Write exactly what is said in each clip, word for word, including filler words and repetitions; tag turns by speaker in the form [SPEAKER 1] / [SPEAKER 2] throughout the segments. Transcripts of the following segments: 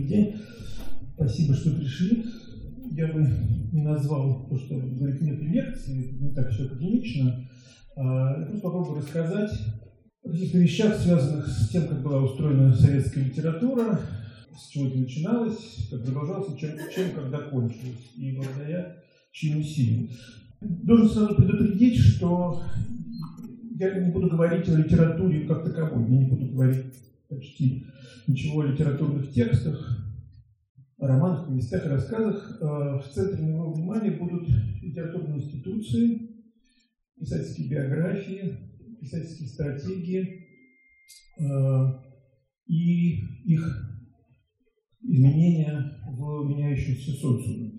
[SPEAKER 1] день. Спасибо, что пришли. Я бы не назвал то, что говорит нет лекции, не так все академично. Я просто попробую рассказать о каких-то вещах, связанных с тем, как была устроена советская литература, с чего это начиналось, как продолжалось, чем, чем когда кончилось, и благодаря чьим усилиям. Должен сразу предупредить, что я не буду говорить о литературе как таковой, я не буду говорить почти ничего о литературных текстах, о романах, повестях и рассказах. В центре моего внимания будут литературные институции, писательские биографии, писательские стратегии и их изменения в меняющемся социуме.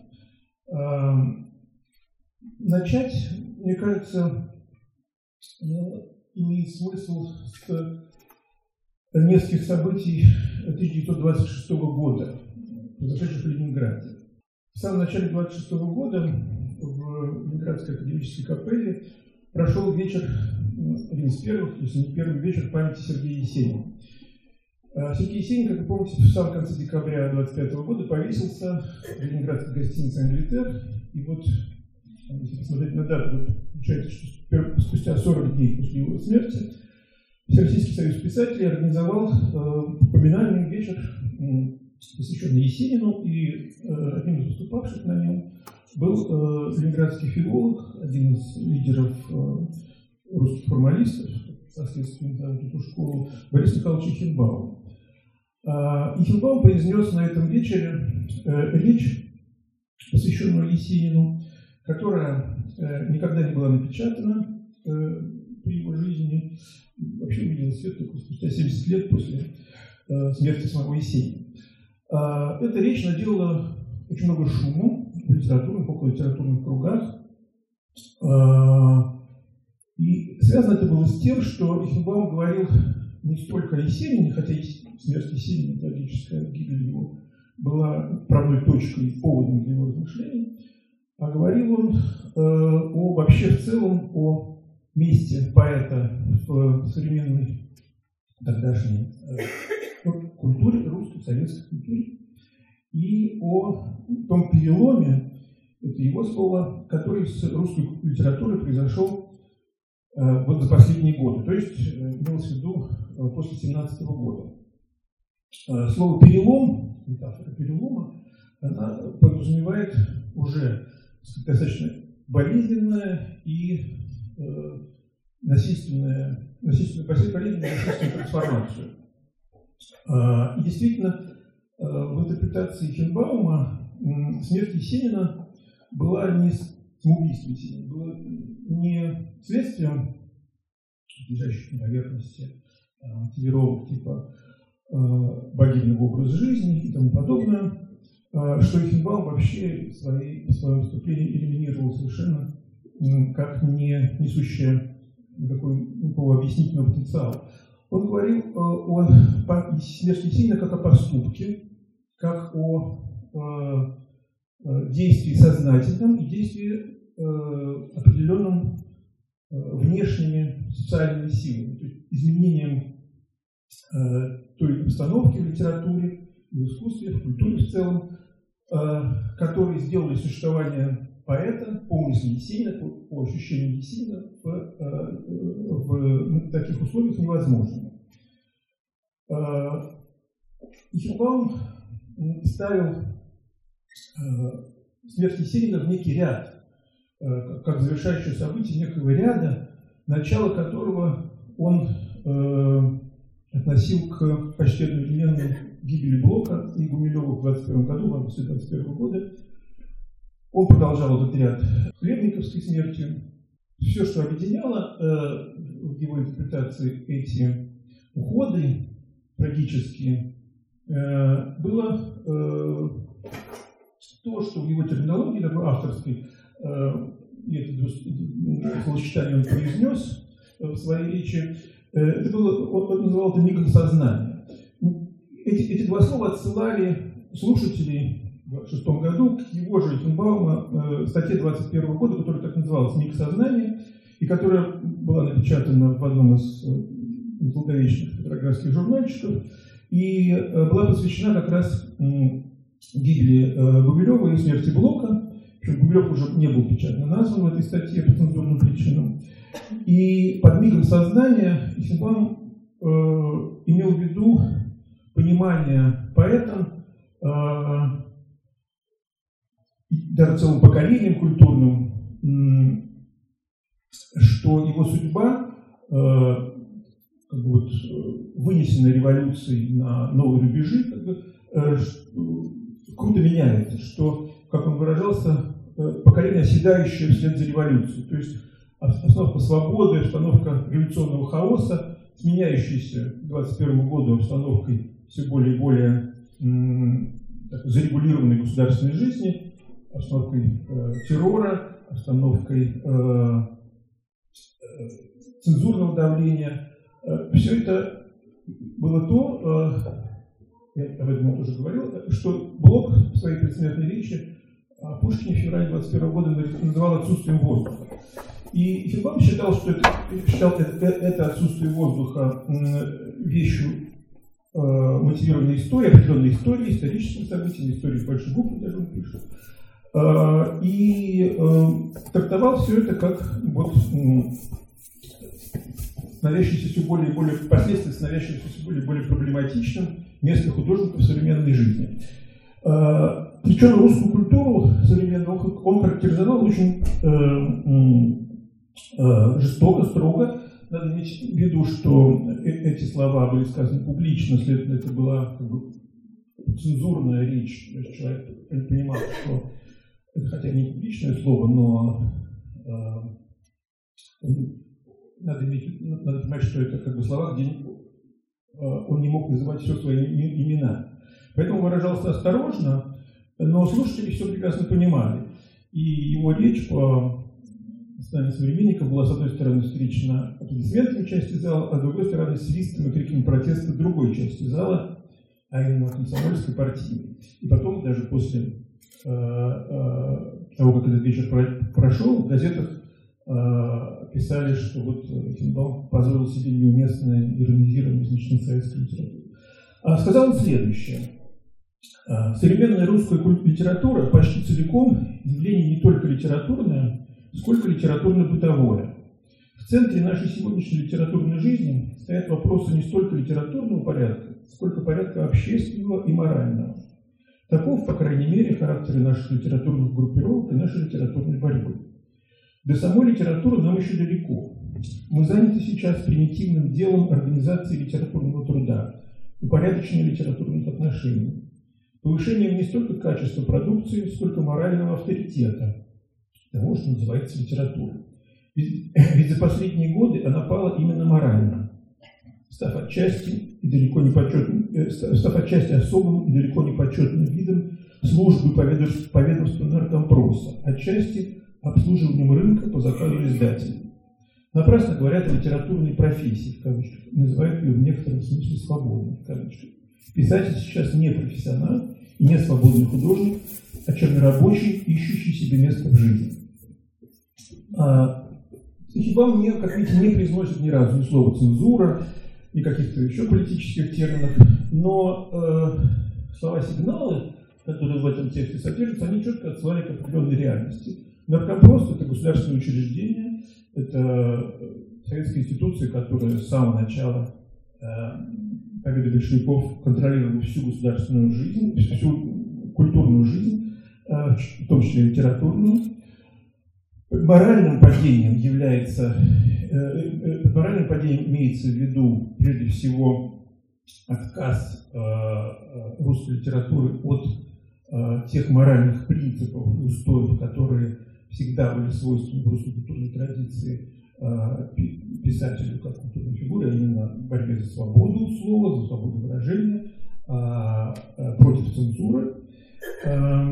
[SPEAKER 1] Начать, мне кажется, имеет смысл с нескольких событий тысяча девятьсот двадцать шестого года, произошедших в Ленинграде. В самом начале двадцать шестого года в Ленинградской академической капелле прошел вечер, один из первых, если не первый вечер памяти Сергея Есенина. Сергей Есенин, как вы помните, в самом конце декабря двадцать пятого года повесился в ленинградской гостинице «Англитер». И вот, если посмотреть на дату, вот, получается, что спустя сорок дней после его смерти Всероссийский союз писателей организовал э, поминальный вечер, э, посвященный Есенину, и э, одним из выступавших на нем был э, ленинградский филолог, один из лидеров э, русских формалистов, соответственно, назовут эту школу, Борис Михайлович Эйхенбаум. Эйхенбаум произнес на этом вечере э, речь, посвященную Есенину, которая э, никогда не была напечатана э, при его жизни, вообще увидела свет только спустя семьдесят лет после э, смерти самого Есенина. Э, эта речь наделала очень много шума в литературных, около литературных кругах. Э, и связано это было с тем, что Эйхенбаум говорил не столько о Есенине, хотя смерть Есенина, трагическая гибель его, была правой точкой, поводом для его размышлений, а говорил он э, о, вообще в целом о месте поэта в современной тогдашней э, культуре, русской, советской культуре, и о том переломе, это его слово, который с русской литературой произошел э, вот за последние годы, то есть э, имелось в виду э, после семнадцатого года. Э, слово «перелом», метафора перелома, она подразумевает уже достаточно болезненная и э, насильственная, насильственную, болезненную насильственную трансформацию. Э, и действительно, э, в интерпретации Эйхенбаума э, смерть Есенина была не самоубийством Есенина, была не следствием лежащих на поверхности э, мотивировок типа э, богемного образа жизни и тому подобное, что Эйхенбаум вообще в, своей, в своем выступлении элиминировал совершенно как не несущее никакого объяснительного потенциала. Он говорил о, о смерти Есенина как о поступке, как о, о действии сознательном и действии определенным внешними социальными силами, то есть изменением той обстановки в литературе, в искусстве, в культуре в целом, которые сделали существование поэта, помысле Есенина, по, по ощущению Есенина в, в, в таких условиях невозможным. Эйхенбаум ставил смерть Есенина в некий ряд, как завершающее событие некого ряда, начало которого он относил к почти одновременной гибели Блока и Гумилева в двадцать первом году, в августе двадцать первого года. Он продолжал этот ряд Хлебниковской смертью. Все, что объединяло э, в его интерпретации эти уходы трагические, э, было э, то, что в его терминологии, такой авторской, э, и это словосочетание он произнес в своей речи, э, это было, он называл это мигом сознания. Эти, эти два слова отсылали слушателей в шестом году к его же Эйхенбаума э, статье двадцать первого года, которая так называлась «Миг сознания», и которая была напечатана в одном из э, долговечных петроградских журнальчиков. и была посвящена как раз гибели Гумилева и смерти Блока. Причем Гумилев уже не был печатно назван в этой статье по цензурным причинам. И под мигом сознания Эйхенбаум э, имел в виду понимание поэтом, э, даже целым поколением культурным, э, что его судьба, э, как бы вот, вынесена революцией на новые рубежи, как бы, э, круто меняется, что, как он выражался, э, поколение, оседающее вслед за революцией. То есть обстановка свободы, обстановка революционного хаоса, сменяющаяся к двадцать первому году обстановкой все более и более м, так, зарегулированной государственной жизни, обстановкой э, террора, обстановкой э, э, цензурного давления. Э, все это было то, э, я об этом уже говорил, что Блок в своей предсмертной речи о Пушкине в феврале двадцать первого года называл отсутствием воздуха. И Эйхенбаум считал, что это, считал это, это отсутствие воздуха вещью э, мотивированной историей, определенной историей, историческим событием, историей большой буквы, даже он пишет. Э, и э, трактовал все это как вот, становящееся все более и более, впоследствии становящееся все более и более проблематичным место художника в современной жизни. Э, причем русскую культуру современного он характеризовал очень э, жестоко, строго. Надо иметь в виду, что эти слова были сказаны публично, следовательно, это была как бы цензурная речь. То есть человек понимал, что это хотя не публичное слово, но э, надо, иметь, надо понимать, что это как бы слова, где он не мог называть все свои имена. Поэтому выражался осторожно, но слушатели все прекрасно понимали. И его речь по состоянию современников была, с одной стороны, встречена аплодисментами части зала, а с другой стороны, свистом и криком протеста другой части зала, а именно комсомольской партии. И потом, даже после э, э, того, как этот вечер про- прошел, в газетах э, писали, что вот Эйхенбаум позволил себе неуместное иронизирование значительно советской литературы. А сказал он следующее. Современная русская литература почти целиком явление не только литературное, сколько литературно-бытовое. В центре нашей сегодняшней литературной жизни стоят вопросы не столько литературного порядка, сколько порядка общественного и морального. Таков, по крайней мере, характер наших литературных группировок и нашей литературной борьбы. До самой литературы нам еще далеко. Мы заняты сейчас примитивным делом организации литературного труда, упорядочения литературных отношений, повышением не столько качества продукции, сколько морального авторитета того, что называется литературой. Ведь, ведь за последние годы она пала именно морально, став отчасти, и далеко не почетным, став отчасти особым и далеко не почетным видом службы по ведомству, по ведомству наркомпроса, отчасти обслуживанием рынка по заказу издателей. Напрасно говорят о литературной профессии, в кавычках, называют ее в некотором смысле свободной, в кавычках. Писатель сейчас не профессионал и не свободный художник, а чернорабочий, ищущий себе место в жизни. Эйхенбаум, мне, как видите, не произносит ни разу ни слова цензура, ни каких-то еще политических терминов, но э, слова «сигналы», которые в этом тексте содержатся, они четко отсылали к определенной реальности. Наркомпрос – это государственное учреждение, это советская институция, которая с самого начала э, победы большевиков контролировала всю государственную жизнь, всю культурную жизнь, э, в том числе литературную. Моральным падением является, э, э, моральным падением имеется в виду прежде всего отказ э, э, русской литературы от э, тех моральных принципов и устоев, которые всегда были свойственны русской культурной традиции э, писателю как культурной фигуре, а именно борьбе за свободу слова, за свободу выражения, э, э, против цензуры. Э,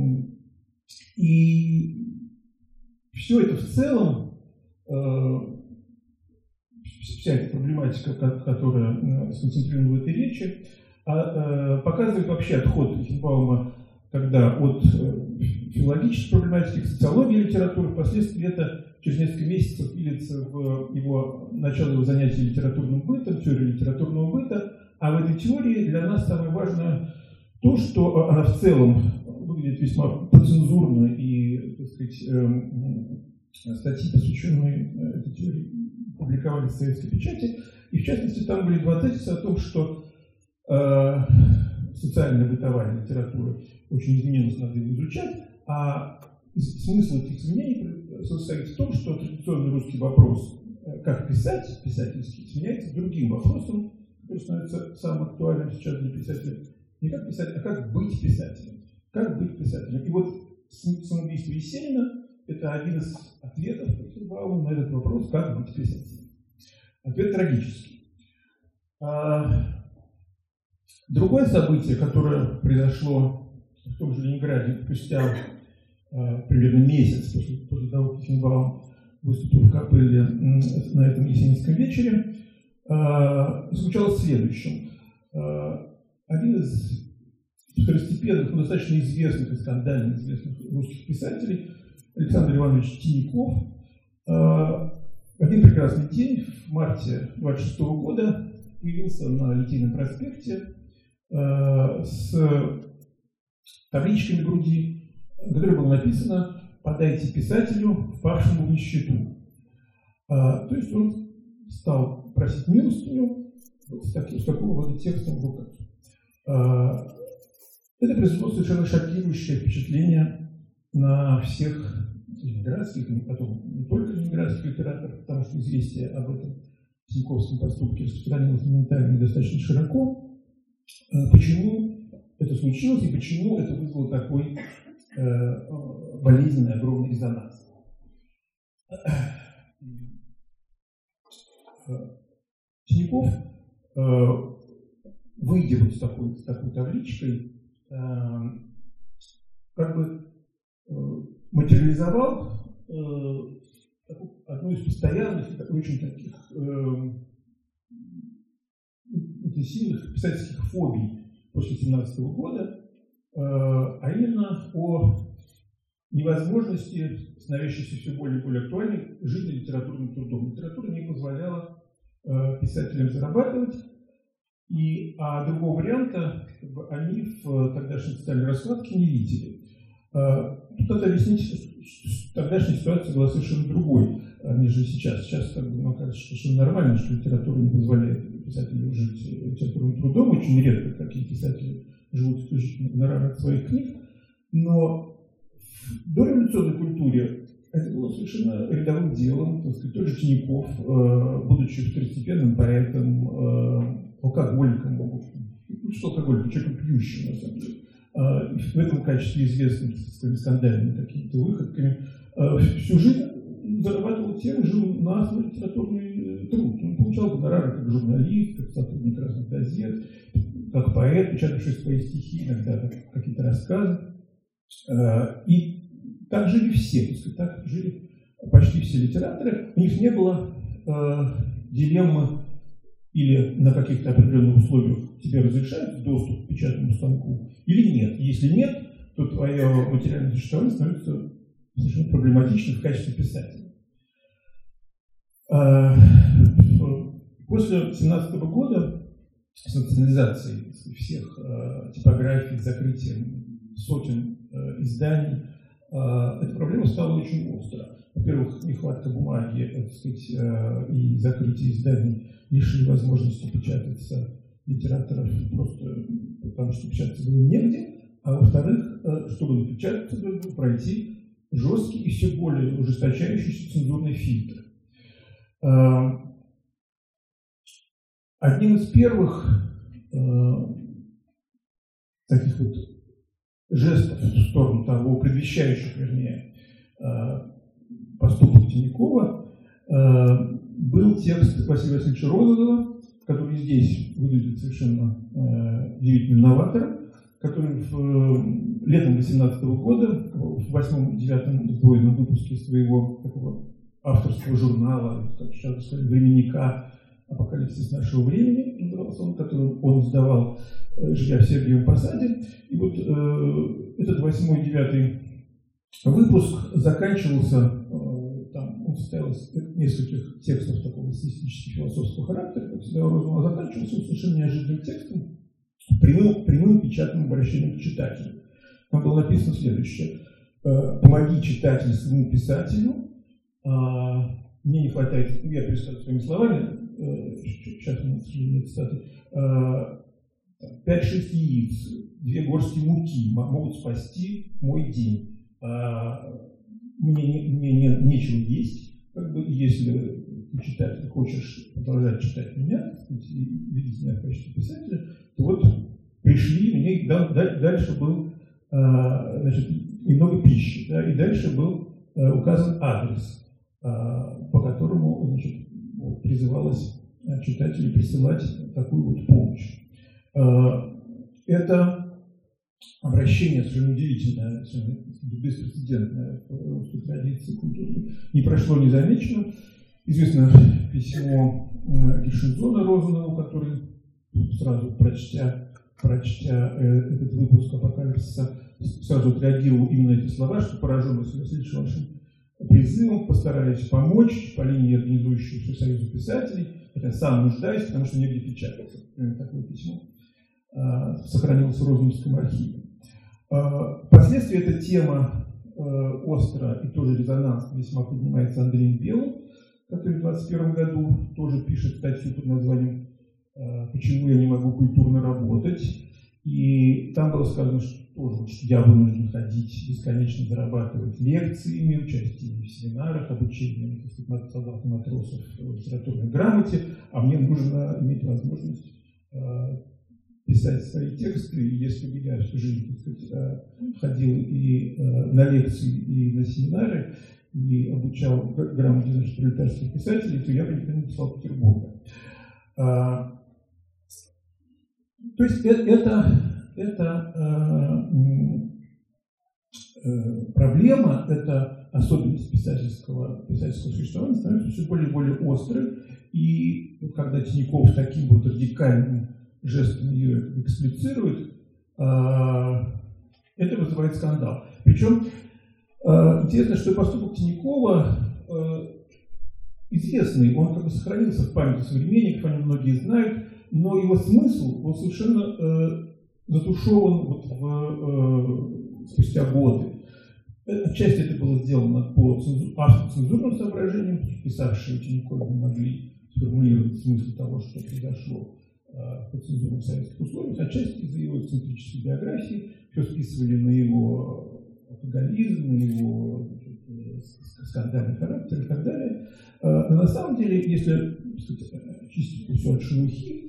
[SPEAKER 1] и все это в целом, э, вся эта проблематика, которая сконцентрирована в этой речи, э, показывает вообще отход Эйхенбаума, когда от э, филологической проблематики к социологии литературы, впоследствии это через несколько месяцев пилится в его начало его занятий литературным бытом, теории литературного быта, А в этой теории для нас самое важное то, что она в целом выглядит весьма процензурно, и, так сказать, э, статьи, посвященные этой теории, публиковались в советской печати. И, в частности, там были два тезиса о том, что э, социальная бытовая литература очень изменилась, надо ее изучать, а смысл этих изменений состоит в том, что традиционный русский вопрос, как писать, писательский, сменяется другим вопросом, который становится самым актуальным сейчас для писателя. Не как писать, а как быть писателем. Как быть писателем. И вот «Самоубийство Есенина» – это один из ответов на этот вопрос, как быть писателем. Ответ трагический. Другое событие, которое произошло в том же Ленинграде спустя примерно месяц после, после того, как Кихенбаум выступил в капелле на этом есенинском вечере, заключалось в следующем. Один из второстепенных, но достаточно известных и скандально известных русских писателей, Александр Иванович Тиняков, один прекрасный день в марте двадцать шестого года появился на Литейном проспекте с табличкой на груди, на которой было написано «Подайте писателю, впавшему в нищету». То есть он стал просить милостыню с, таким, с такого рода текстом в руках. Это произвело совершенно шокирующее впечатление на всех ленинградских, и потом не только ленинградских литераторов, потому что известие об этом Тиньковском поступке распространилось моментально и достаточно широко. Почему это случилось и почему это вызвало такой э, болезненный, огромный резонанс? Тиняков, э, выйдя вот с такой, с такой табличкой, э, как бы э, материализовал э, одну из постоянных и очень таких э, интенсивных писательских фобий после семнадцатого года, э, а именно о невозможности, становящейся все более и более актуальной, жизни литературным трудом. Литература не позволяла э, писателям зарабатывать, и, а другого варианта как бы, они в тогдашней социальной раскладке не видели. Э, тут надо объяснить, что тогдашняя ситуация была совершенно другой, нежели сейчас. Сейчас, как бы, нам кажется, что совершенно нормально, что литература не позволяет писателю жить литературным трудом. Очень редко какие писатели живут исключительно гонорара от своих книг, но в дореволюционной культуре это было совершенно рядовым делом. Так сказать, тот же Тиняков, э, будучи второстепенным поэтом, э, алкоголиком, ну что алкоголиком, человеком пьющим, на самом деле, э, в этом качестве известным своими скандальными какими-то выходками, э, всю жизнь зарабатывал тем, жил на свой литературный труд. Он получал гонорары как журналист, как сотрудник разных газет, как поэт, печатавший свои стихи, иногда как какие-то рассказы. И так жили все, так сказать, так жили почти все литераторы. У них не было э, дилеммы или на каких-то определенных условиях тебе разрешают доступ к печатному станку или нет. Если нет, то твое материальное существование становится совершенно проблематичным в качестве писателя. Э, после семнадцатого года с национализацией всех э, типографий, закрытием сотен э, изданий, э, эта проблема стала очень остро. Во-первых, нехватка бумаги, так сказать, э, и закрытие изданий лишили возможности печататься литераторов просто потому, что печататься было негде. А во-вторых, э, чтобы напечататься, нужно было пройти жесткий и все более ужесточающийся цензурный фильтр. Э, одним из первых э, таких вот жестов в сторону того, предвещающих, вернее, поступок Тинякова, был текст Василия Васильевича Розанова, который здесь выглядит совершенно удивительным новатором, который в, летом восемнадцатого года, в восьмом-девятом сдвоенном выпуске своего такого авторского журнала, как сейчас сказать, временника «Апокалипсис нашего времени», назывался он, который он издавал, живя в Сергиевом Посаде. И вот э, этот восьмой-девятый выпуск заканчивался, э, там, он состоял из нескольких текстов такого эссеистически-философского характера, как всегда Розенбаум, а заканчивался совершенно неожиданным текстом, прямым, прямым печатным обращением к читателю. Там было написано следующее. «Помоги, читатель, своему писателю. Мне не хватает, я перескажу своими словами, сейчас у меня, к сожалению, нет цитаты, пять-шесть яиц, две горсти муки могут спасти мой день. Мне, не, мне не, нечего есть, как бы, если ты, читатель, хочешь продолжать читать меня, и видеть меня в качестве писателя, то вот пришли, мне дальше был, значит, немного пищи, да, и дальше был указан адрес, по которому, значит, вот, призывалось читателей присылать такую вот помощь. Это обращение совершенно удивительное, совершенно беспрецедентное в русской традиции культуры. Не прошло незамеченным. Известно письмо Гершензона Розанову, который, сразу прочтя, прочтя этот выпуск «Апокалипсиса», сразу отреагировал именно эти слова, что поражен Василий вашим призывом, постараюсь помочь по линии организующего Союза писателей, хотя сам нуждаюсь, потому что негде печататься. Такое письмо сохранилось в Розановском архиве. Впоследствии эта тема остро и тоже резонансно весьма поднимается Андреем Белым, который в двадцать первом году тоже пишет статью под названием «Почему я не могу культурно работать». И там было сказано, что тоже, что я вынужден ходить, бесконечно зарабатывать лекциями, участие в семинарах, обучением солдат и матросов в литературной грамоте, а мне нужно иметь возможность писать свои тексты, и если бы я всю жизнь, так сказать, ходил и на лекции, и на семинары, и обучал грамоте, значит, пролетарских писателей, то я бы никогда не писал Петербурга. То есть это, это проблема, это особенность писательского, писательского существования становится все более и более острой, и вот когда Тиняков таким вот радикальным жестом ее эксплицирует, это вызывает скандал. Причем интересно, что поступок Тинякова известный, он как бы сохранился в памяти современников, они многие знают, но его смысл был совершенно затушеван вот в, спустя годы. Отчасти это было сделано по цензу, автоцензурным соображениям, писавшие Тинякова не могли сформулировать смысл того, что произошло по цензурным советских условиях, отчасти из-за его эксцентрической биографии, все списывали на его алкоголизм, на его, значит, скандальный характер и так далее. Но на самом деле, если, сказать, чистить все от шелухи,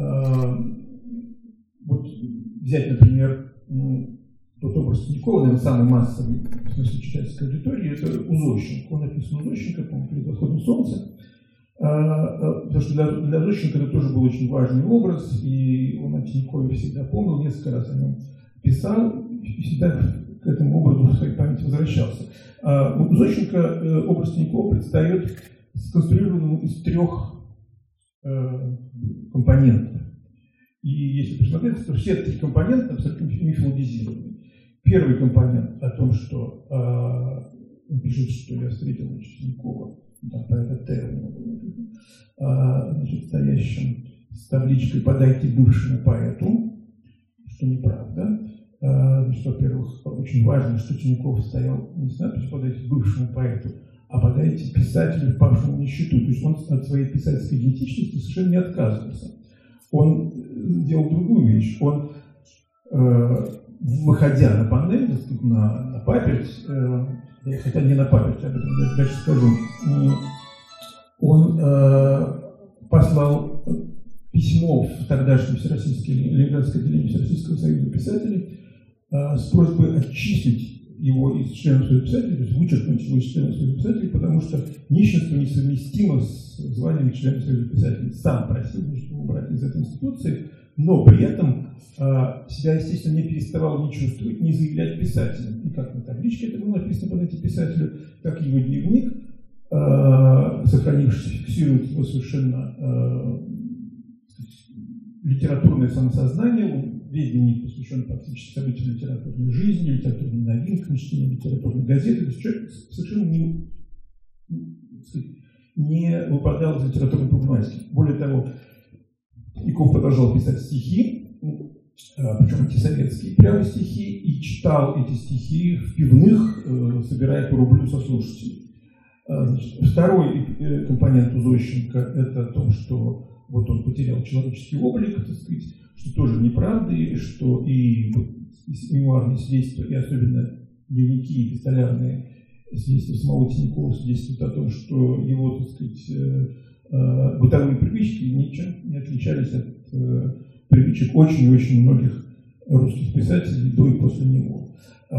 [SPEAKER 1] вот взять, например, тот образ Тинякова, наверное, самый массовый в смысле читательской аудитории, это у Зощенко. Он написан у Зощенко, по-моему, «Перед восходом солнца». Потому что для, для Зощенко это тоже был очень важный образ, и он о Тиньякове всегда помнил, несколько раз о нем писал, и всегда к этому образу в своей памяти возвращался. У Зощенко образ Тиньякова предстает сконструированным из трех компонентов. И если присмотреться, то все три компонента абсолютно мифологизированы. Первый компонент о том, что он пишет, что я встретил Тинькова, там поэта Т, значит, стоящим с табличкой «Подайте бывшему поэту», что неправда. Значит, во-первых, очень важно, что Тиньков стоял не с надписью «Подайте бывшему поэту», а «Подайте писателю, впавшему в нищету». То есть он от своей писательской идентичности совершенно не отказывался. Он делал другую вещь. Он, выходя на панель, так сказать, на, на паперть, хотя не на память, об этом я дальше скажу, он э, послал письмо в тогдашнее Всероссийское Ленинградское отделение Всероссийского союза писателей э, с просьбой отчислить его из членов Союза писателей, то есть вычеркнуть его из членов Союза писателей, потому что нищенство несовместимо с званием члена Союза писателей. Сам просил, чтобы убрать из этой институции, но при этом э, себя, естественно, не переставал ни чувствовать, ни заявлять писателем. И как на табличке это было написано под этим писателю, так и его дневник, э, сохранившийся, фиксирует его совершенно э, литературное самосознание. Он, весь дневник посвящен практически событиям литературной жизни, литературным новинкам, чтению литературных газет. То есть человек совершенно не, сказать, не выпадал из литературной проблематики. Более того, Тиньков продолжал писать стихи, причем антисоветские прямо стихи, и читал эти стихи в пивных, собирая по рублю со слушателей. Значит, второй компонент у Зощенко – это то, что вот он потерял человеческий облик, так сказать, что тоже неправда, и что и, и мемуарные свидетельства, и особенно дневники, эпистолярные свидетельства самого Тинькова свидетельствуют о том, что его, так сказать, бытовые привычки ничем не отличались от привычек очень-очень многих русских писателей до и после него.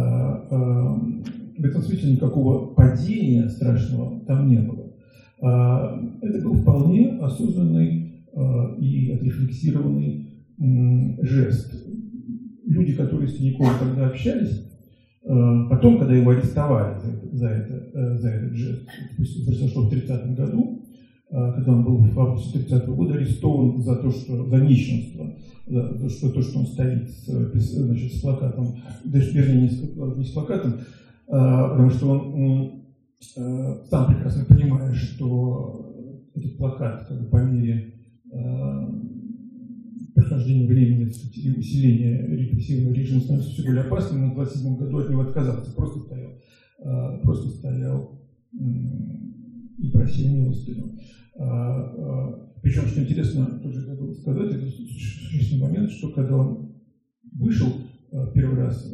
[SPEAKER 1] В этом смысле никакого падения страшного там не было. Это был вполне осознанный и отрефлексированный жест. Люди, которые с Тиньковым тогда общались, потом, когда его арестовали за, это, за этот жест, это произошло в тридцатом году, когда он был в августе тридцатого года арестован за то, что за нищенство, за то, что, то, что он стоит с, значит, с плакатом, даже вернее не с, не с плакатом, потому что он сам прекрасно понимает, что этот плакат, как бы, по мере прохождения времени и усиления репрессивного режима становится все более опасным, он в двадцать седьмом году от него отказался, просто стоял, просто стоял и просил милостыню. Причем, что интересно, тоже забыл сказать, это существенный момент, что когда он вышел первый раз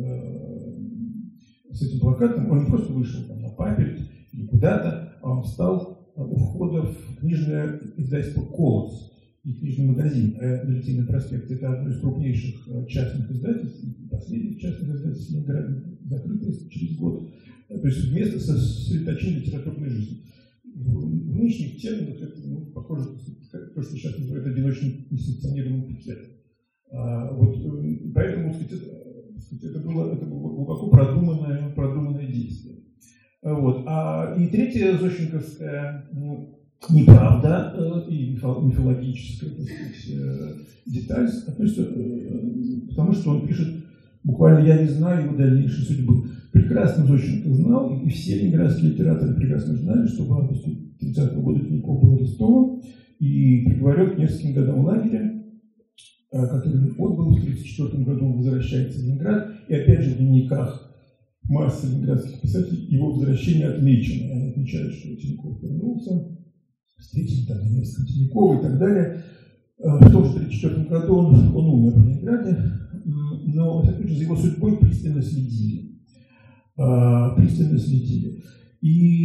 [SPEAKER 1] с этим плакатом, он не просто вышел там на паперть или куда-то, а он встал у входа в книжное издательство «Колос» и книжный магазин на Литейном проспекте. Это одно из крупнейших частных издательств, последних частных издательств в Ленинграде, закрытое через год. То есть место сосредоточения литературной жизни. В нынешних терминах это, ну, похоже на то, что сейчас называют одиночным несанкционированным пикетом. А, вот, поэтому, сказать, это, это, было, это было глубоко продуманное, продуманное действие. А, вот. а, и третья зощенковская, ну, неправда и мифологическая, так сказать, деталь относится к тому, что он пишет буквально «я не знаю его дальнейшей судьбы». Прекрасно Зощенко знал, и все ленинградские литераторы прекрасно знали, что в августе тридцатого года Тиньков был арестован и приговорен к нескольким годам лагеря, который он был в тридцать четвёртом году, он возвращается в Ленинград, и опять же в дневниках массы ленинградских писателей его возвращение отмечено. Они отмечают, что Тиньков вернулся, встретили там несколько Тинькова и так далее. В том же тридцать четвёртом году он, он умер в Ленинграде, но, опять же, за его судьбой пристально следили. пристально следили. И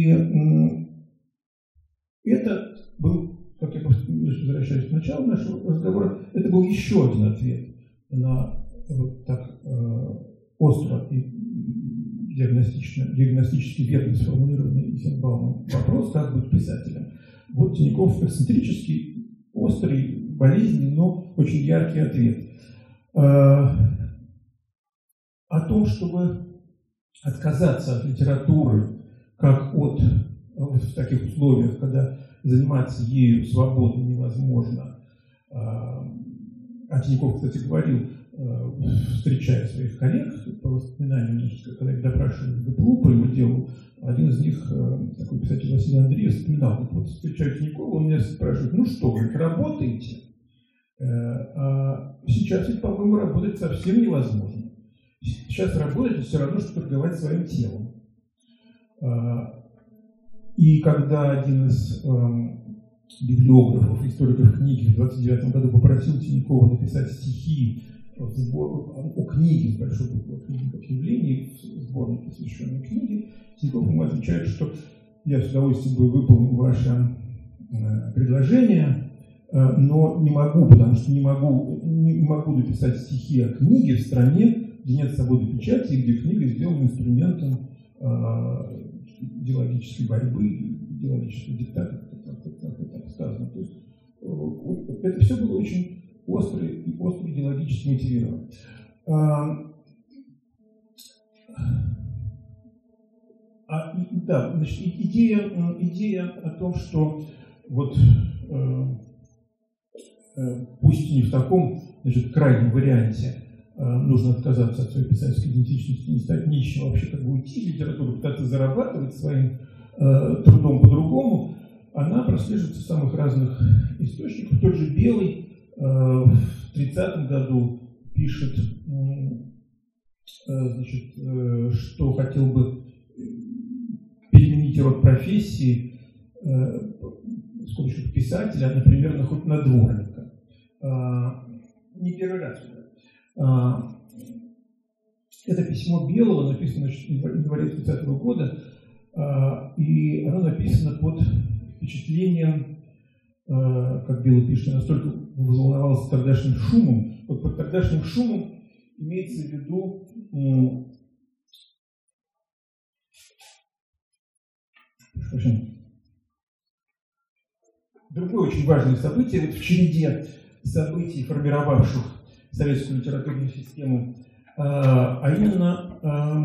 [SPEAKER 1] это был, как я возвращаюсь к началу нашего разговора, это был еще один ответ на вот так остро и диагностично, диагностически верно сформулированный Эйзенбаумом вопрос, как быть писателем. Вот Тиньков эксцентрический, острый, болезненный, но очень яркий ответ. О том, чтобы отказаться от литературы, как от, вот в таких условиях, когда заниматься ею свободно невозможно. А Тиньков, кстати, говорил, встречая своих коллег, по воспоминаниям, значит, когда их допрашивали в ГПУ по его делу, один из них, такой писатель Василий Андреев, вспоминал, вот встречаю Тинькова, он меня спрашивает, ну что, вы работаете? А сейчас ведь, по-моему, работать совсем невозможно. Сейчас работать все равно, что торговать своим телом. И когда один из библиографов, историков книги в двадцать девятом году попросил Тинькова написать стихи в сбор, о книге, с большой буквы, книги как явлении, в сборнике, посвященной книге, Тиньков ему отвечает, что я с удовольствием бы выполнил ваше предложение, но не могу, потому что не могу, не могу написать стихи о книге в стране, где нет свободы печати, и где книга сделана инструментом э, идеологической борьбы, идеологического диктата, как, как, как это сказано. То есть, э, это все было очень остро и остро идеологически мотивировано. А, а, и, да, значит, идея, идея о том, что вот э, э, пусть не в таком, значит, крайнем варианте, нужно отказаться от своей писательской идентичности, не стать нищим, вообще как бы уйти в литературу, пытаться зарабатывать своим э, трудом по-другому. она прослеживается в самых разных источниках. Тот же Белый в тридцатом году пишет, значит, что хотел бы переменить род профессии, сколько писателя, например, хоть на дворника. Не первый раз. Это письмо Белого написано в январе тридцатого года, и оно написано под впечатлением, как Белый пишет, настолько взволновался тогдашним шумом. Вот под тогдашним шумом имеется в виду другое очень важное событие вот в череде событий, формировавших советскую литературную систему, а именно,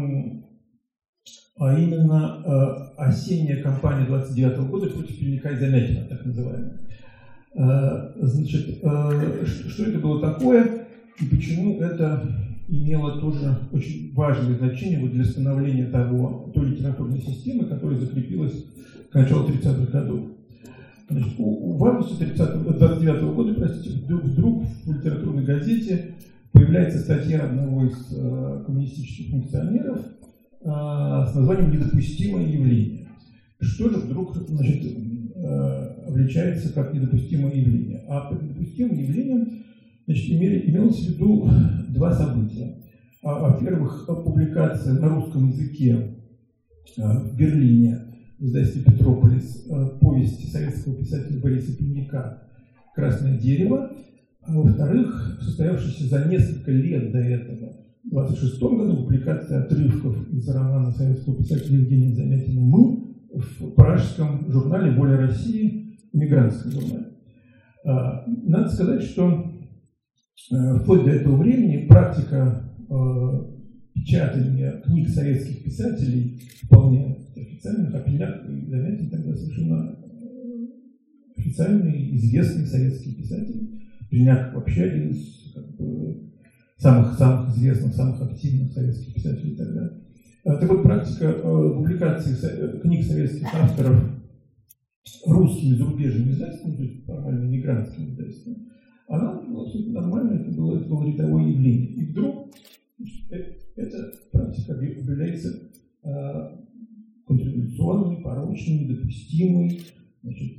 [SPEAKER 1] а именно осенняя кампания двадцать девятого года против Пельника и Замятина, так называемая. Значит, что это было такое и почему это имело тоже очень важное значение вот для становления того, той литературной системы, которая закрепилась к началу тридцатых годов. Значит, у, в августе двадцать девятого года, простите, вдруг, вдруг в литературной газете появляется статья одного из э, коммунистических функционеров э, с названием «Недопустимое явление». Что же вдруг, значит, э, обличается как недопустимое явление? А под недопустимым явлением, значит, имели, имелось в виду два события. А, во-первых, публикация на русском языке э, в Берлине в издательстве «Петрополис» повести советского писателя Бориса Пельника «Красное дерево», а во-вторых, состоявшаяся за несколько лет до этого, в двадцать шестом году, публикация отрывков из романа советского писателя Евгения Замятина «Мы» в пражском журнале «Воля России», эмигрантском журнале. Надо сказать, что вплоть до этого времени практика печатания книг советских писателей вполне официальных, а Пельняк и Замятин тогда совершенно официальные, известные советские писатели. Пельняк вообще один из как бы, самых, самых известных, самых активных советских писателей тогда. Так вот, практика публикации книг советских авторов русскими зарубежными издательствами, то есть формально мигрантскими издательствами, она была абсолютно нормальная, это было, это было рядовое явление. И вдруг эта практика объявляется контрреволюционной, порочной, недопустимой, значит,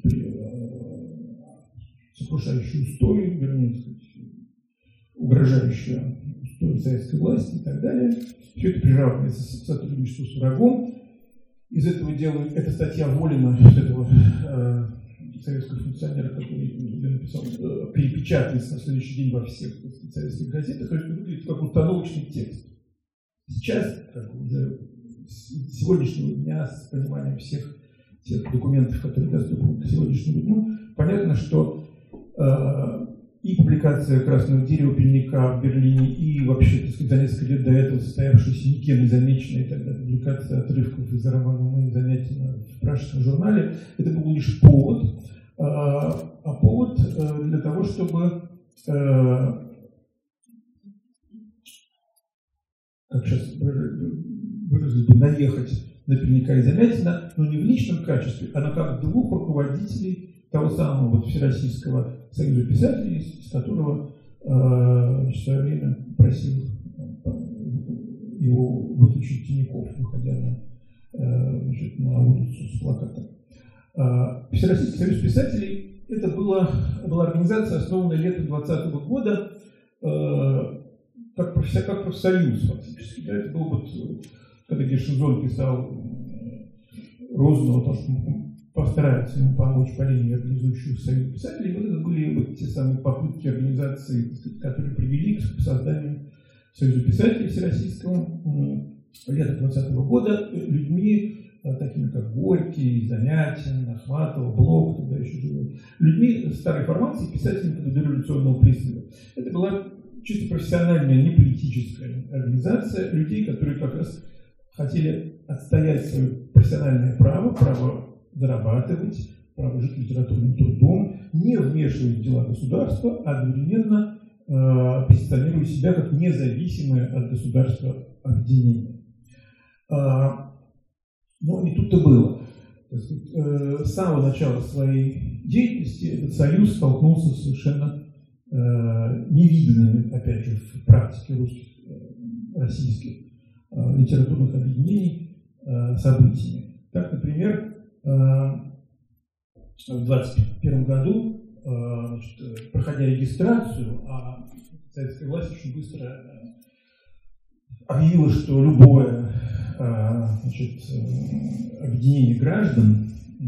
[SPEAKER 1] сокрушающей устои, вернее, сказать, угрожающая устои советской власти и так далее. Все это приравнивается к сотрудничеству с врагом. Из этого делают, эта статья Волина, этого э, советского функционера, который я написал, э, перепечатывается на следующий день во всех сказать, советских газетах, то есть выглядит как установочный текст. Сейчас, как уже с сегодняшнего дня, с пониманием всех тех документов, которые доступны к сегодняшнему дню, понятно, что э, и публикация «Красного дерева» Пельника в Берлине, и вообще, так сказать, за несколько лет до этого состоявшаяся никем не замеченная тогда публикация отрывков из романа «Мы» Замятина в пражском журнале, это был лишь повод, э, а повод э, для того, чтобы э, как сейчас выразить бы, наехать на Пельника и Замятина, но не в личном качестве, а на как двух руководителей того самого вот Всероссийского союза писателей, из которого э, в свое время просил э, его выключить Тиняков, выходя на, э, значит, на улицу с плакатом. Э, Всероссийский союз писателей это была, была организация, основанная летом двадцатого года, э, как, профи, как профсоюз фактически. Да, это был вот, когда Гершензон писал Розанову о том, что постараются ему помочь по линии организующих союз писателей. Вот это были вот те самые попытки организации, которые привели к созданию Союза писателей Всероссийского лета двадцатого года людьми, такими как Горький, Замятин, Ахматова, Блок, тогда еще живой, людьми старой формации, писателями дореволюционного призыва. Это была чисто профессиональная, не политическая организация людей, которые как раз хотели отстоять свое профессиональное право, право зарабатывать, право жить литературным трудом, не вмешиваясь в дела государства, а одновременно э, позиционируя себя как независимое от государства объединение. А, но не тут-то было. так сказать, с самого начала своей деятельности этот союз столкнулся с совершенно невиданными, опять же, в практике русских, российских литературных объединений событиями. Так, например, в двадцать первом году, значит, проходя регистрацию, а советская власть очень быстро объявила, что любое, значит, объединение граждан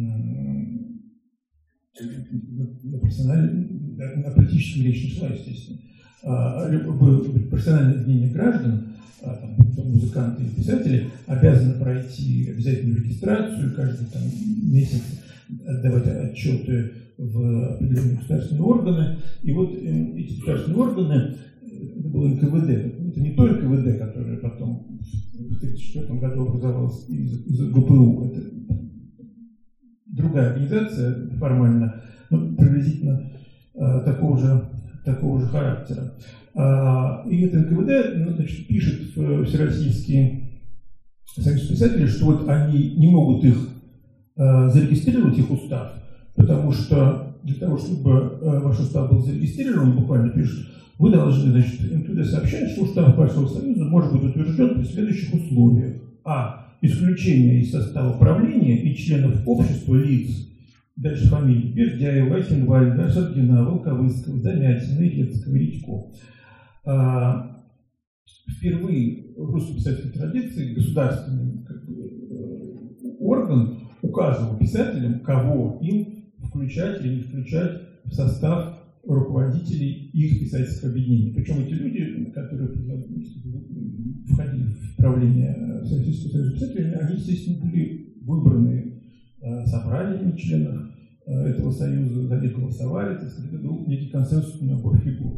[SPEAKER 1] на профессиональном, на политическом речь не шла, естественно, профессиональное объединение граждан, там, музыканты и писатели, обязаны пройти обязательную регистрацию, каждый там, месяц отдавать отчеты в определенные государственные органы. И вот эти государственные органы, это было эн ка вэ дэ, это не то эн ка вэ дэ, которое потом в тысяча девятьсот тридцать четвёртом году образовалось из, из гэ пэ у, это другая организация формально, но приблизительно э, такого же, такого же характера. А, и это эн ка вэ дэ, ну, значит, пишет в Всероссийский союз писателей, что вот они не могут их э, зарегистрировать, их устав, потому что для того, чтобы э, ваш устав был зарегистрирован, буквально пишет, вы должны, значит, эн ка вэ дэ сообщать, что устав вашего союза может быть утвержден при следующих условиях. А. Исключение из состава правления и членов общества лиц, дальше фамилии, Бердяева, Ахенвальда, Шаргина, Волковыского, Замятина, Ирецкого, Редько. А, впервые в русской писательской традиции государственный, как бы, орган указывал писателям, кого им включать или не включать в состав руководителей их писательского объединения. Причем эти люди, которые входили в правление Всероссийского союза писателей, они, естественно, были выбраны собраниями членов этого союза, за них голосовали, так сказать, это был некий консенсусный набор фигур.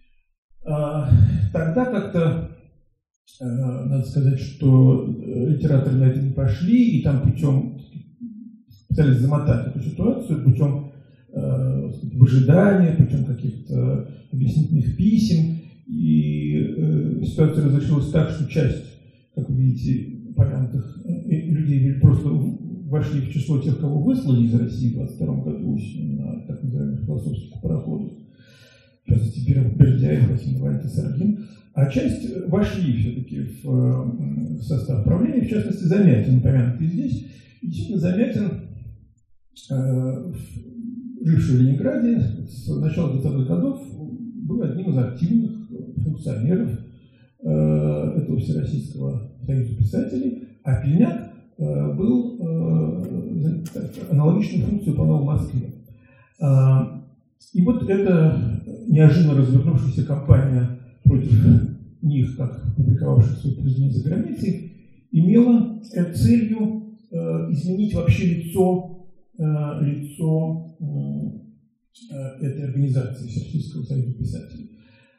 [SPEAKER 1] Тогда как-то, надо сказать, что литераторы на это не пошли, и там путем пытались замотать эту ситуацию, путем выжидания, путем каких-то объяснительных писем, и э, ситуация разрешилась так, что часть, как вы видите, помянутых людей просто вошли в число тех, кого выслали из России в двадцать втором году на так называемых философских пароходах, в частности, Бердяев, Ахенвальд и Саргин, а часть вошли все-таки в, в состав правления, в частности, Замятин, помянутый здесь. И действительно, Замятин, э, живший в Ленинграде, с начала двадцатых годов был одним из активных функционеров э, этого Всероссийского союза писателей, а Пельняк э, был э, аналогичную функцию выполнял в Москве. А, и вот эта неожиданно развернувшаяся кампания против них, как публиковавших свои произведения за границей, имела целью э, изменить вообще лицо, э, лицо этой организации Всероссийского союза писателей.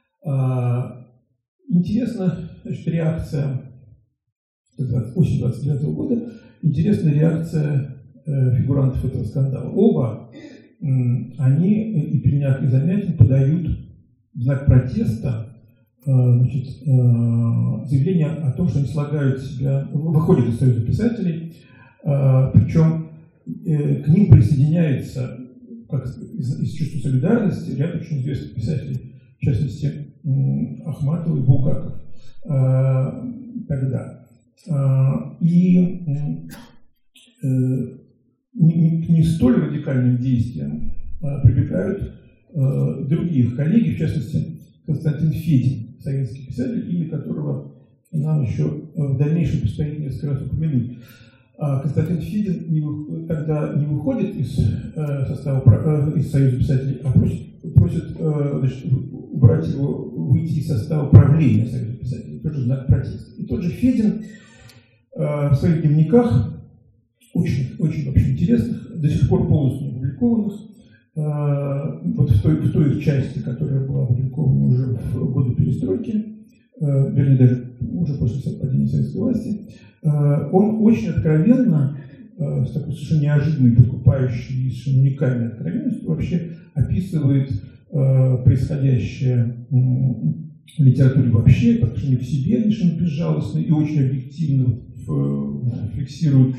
[SPEAKER 1] Интересна, значит, реакция осень двадцать девятого года, интересная реакция фигурантов этого скандала. Оба, они, и Пельняк, и Замятин, подают в знак протеста, значит, заявление о том, что они слагают себя, выходят из Союза писателей, причем к ним присоединяется, как из, из чувства солидарности, ряд очень известных писателей, в частности, Ахматов и Булгаков э, тогда. Э, и э, не, не столь радикальным действиям э, прибегают э, другие коллеги, в частности, Константин Федин, советский писатель, имя которого нам еще в дальнейшем предстоит несколько раз упомянуть. Константин Федин не, тогда не выходит из э, состава э, из Союза писателей, а просит, просит э, значит, убрать его, выйти из состава правления Союза писателей, тоже знак протеста. И тот же Федин э, в своих дневниках, очень, очень вообще интересных, до сих пор полностью не опубликованных, э, вот в той, в той части, которая была опубликована уже в годы перестройки, э, вернее, даже уже после падения советской власти, он очень откровенно, с такой совершенно неожиданной, подкупающей, совершенно уникальной откровенностью вообще описывает происходящее в литературе вообще, по отношению к себе совершенно безжалостно и очень объективно фиксирует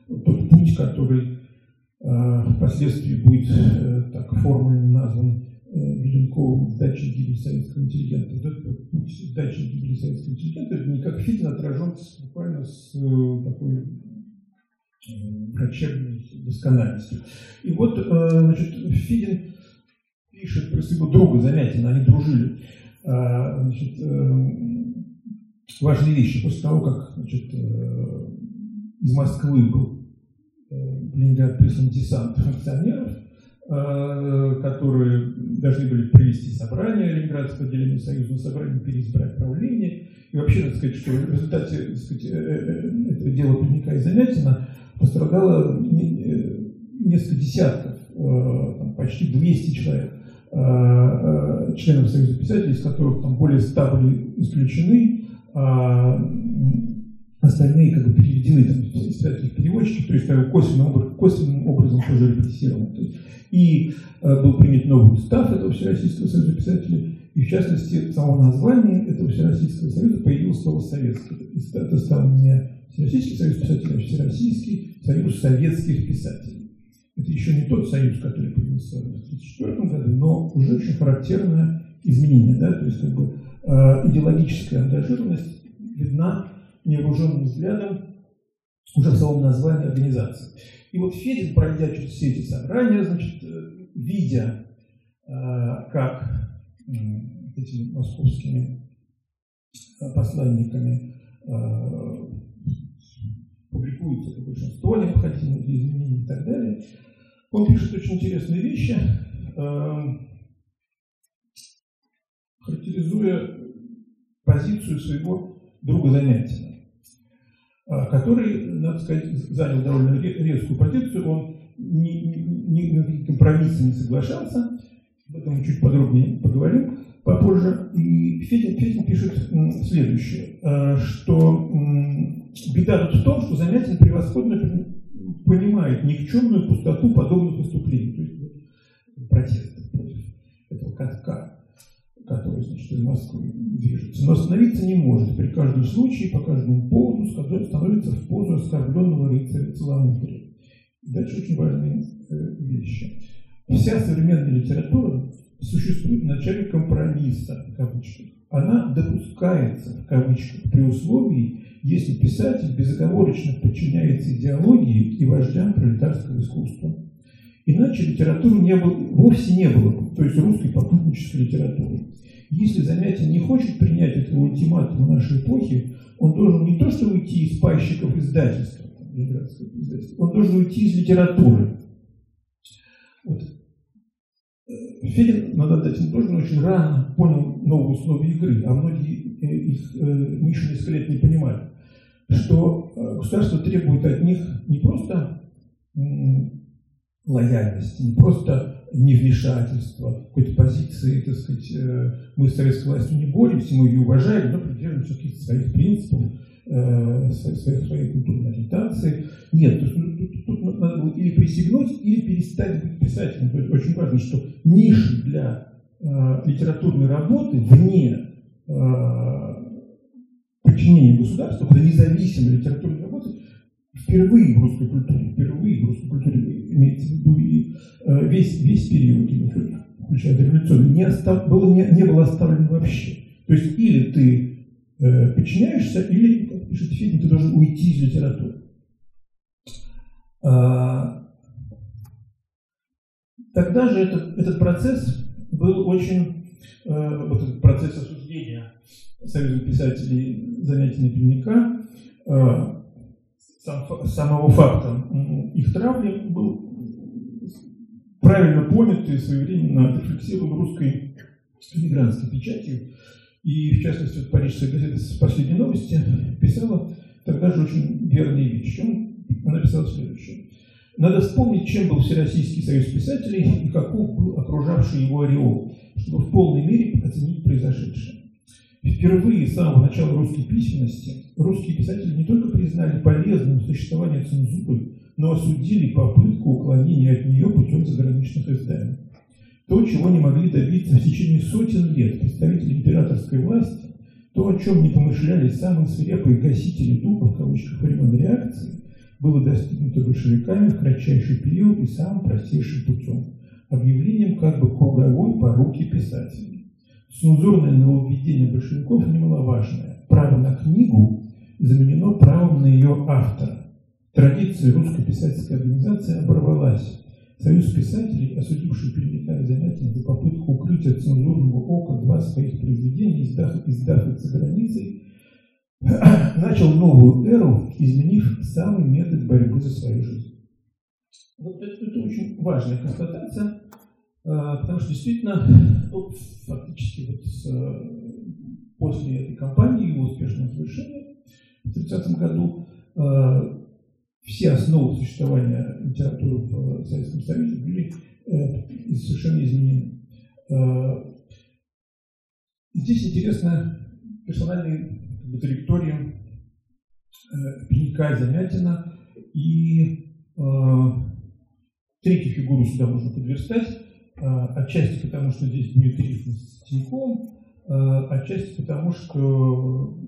[SPEAKER 1] тот путь, который впоследствии будет так формально назван Беленковым «Сдачей гибели советского интеллигента». Вот этот путь сдачи гибели советского интеллигента это не как Фидин отражен буквально с такой врачебной доскональностью. И вот, значит, Фидин пишет про своего друга Замятина, они дружили. Значит, важные вещи. После того, как, значит, из Москвы был в Ленинград прислан десант функционеров, которые должны были провести собрание Ленинградского отделения Союза, на собрании переизбрать правление. И вообще, надо сказать, что в результате, так сказать, этого дела Плетника и Замятина пострадало несколько десятков, там, почти двести человек, членов Союза писателей, из которых там более ста были исключены, а остальные как бы переведены там, писатели переводчики, то есть как бы, косвенным, образом, косвенным образом тоже репрессированы. То есть, и э, был принят новый устав этого Всероссийского союза писателей, и в частности, в самом названии этого Всероссийского союза появилось слово «советский». Это стал не Всероссийский союз писателей, а Всероссийский союз советских писателей. Это еще не тот союз, который появился в тысяча девятьсот тридцать четвёртом году, но уже очень характерное изменение. Да? То есть как бы, э, идеологическая ангажированность видна невооруженным взглядом уже в самом названии организации. И вот Федин, пройдя через все эти собрания, значит, видя, э, как э, этими московскими посланниками э, публикуется это большинство необходимых для изменений и так далее, он пишет очень интересные вещи, э, характеризуя позицию своего друга Замятина, который, надо сказать, занял довольно резкую позицию. Он ни, ни, ни на какие компромиссы не соглашался. Об этом мы чуть подробнее поговорим попозже. И Федин, Федин пишет следующее, что беда тут в том, что Замятин превосходно понимает никчемную пустоту подобных выступлений, то есть вот, протеста против этого катка, который, значит, из Москвы движется. Но остановиться не может. При каждом случае, по каждому поводу, становится в позу оскорбленного рыцаря целомудрия. Дальше очень важные э, вещи. Вся современная литература существует в начале компромисса, в кавычках. Она допускается, в кавычках, при условии, если писатель безоговорочно подчиняется идеологии и вождям пролетарского искусства. Иначе литературы не было, вовсе не было, то есть русской попутнической литературы. Если Замятин не хочет принять этого ультиматума нашей эпохи, он должен не то что уйти из пайщиков издательства, ленинградского издательства, он должен уйти из литературы. Вот. Федин, надо отдать ему должен, очень рано понял новые условия игры, а многие их меньше несколько лет не понимали, что государство требует от них не просто лояльности, не просто невмешательства, какой-то позиции, так сказать, мы с советской властью не боремся, мы ее уважаем, но придерживаемся каких-то своих принципов, своей, своей культурной ориентации. Нет, то есть, тут, тут надо было или присягнуть, или перестать быть писателем. То есть очень важно, что ниши для э, литературной работы вне э, подчинения государству, когда независимой литературной работы, впервые в русской культуре, впервые в русской культуре, имеется в виду и э, весь, весь период, включая революционный, не, остав, было, не, не было оставлено вообще. То есть или ты э, подчиняешься, или, как пишет Федин, ты должен уйти из литературы. А, тогда же этот, этот процесс был очень, э, вот этот процесс осуждения Союзом писателей Замятина и Плетника, э, самого факта их травли был правильно понят и своевременно отрефлексирован русской эмигрантской печатью. И, в частности, вот парижская газета с «Последней новости» писала тогда же очень верные вещи. Она писала следующее. Надо вспомнить, чем был Всероссийский союз писателей и каков был окружавший его ореол, чтобы в полной мере оценить произошедшее. Впервые с самого начала русской письменности русские писатели не только признали полезным существование цензуры, но осудили попытку уклонения от нее путем заграничных изданий. То, чего не могли добиться в течение сотен лет представители императорской власти, то, о чем не помышляли самые свирепые гасители духа, в кавычках, времен реакции, было достигнуто большевиками в кратчайший период и самым простейшим путем – объявлением как бы круговой поруки писателей. Цензурное нововведение большевиков немаловажное. Право на книгу заменено правом на ее автора. Традиция русской писательской организации оборвалась. Союз писателей, осудивший Пельника и Замятина за попытку укрыть от цензурного ока два своих произведения, издав, издав их за границей, начал новую эру, изменив самый метод борьбы за свою жизнь. Вот это, это очень важная констатация, потому что действительно, вот, фактически вот с, после этой кампании, его успешного завершения в тридцатом году, все основы существования литературы в Советском Союзе были э, совершенно изменены. Э, здесь интересна персональная как бы, траектория э, Пельника и Замятина, и э, третью фигуру сюда можно подверстать, э, отчасти потому, что здесь Дмитриев с Тиньковым, э, отчасти потому, что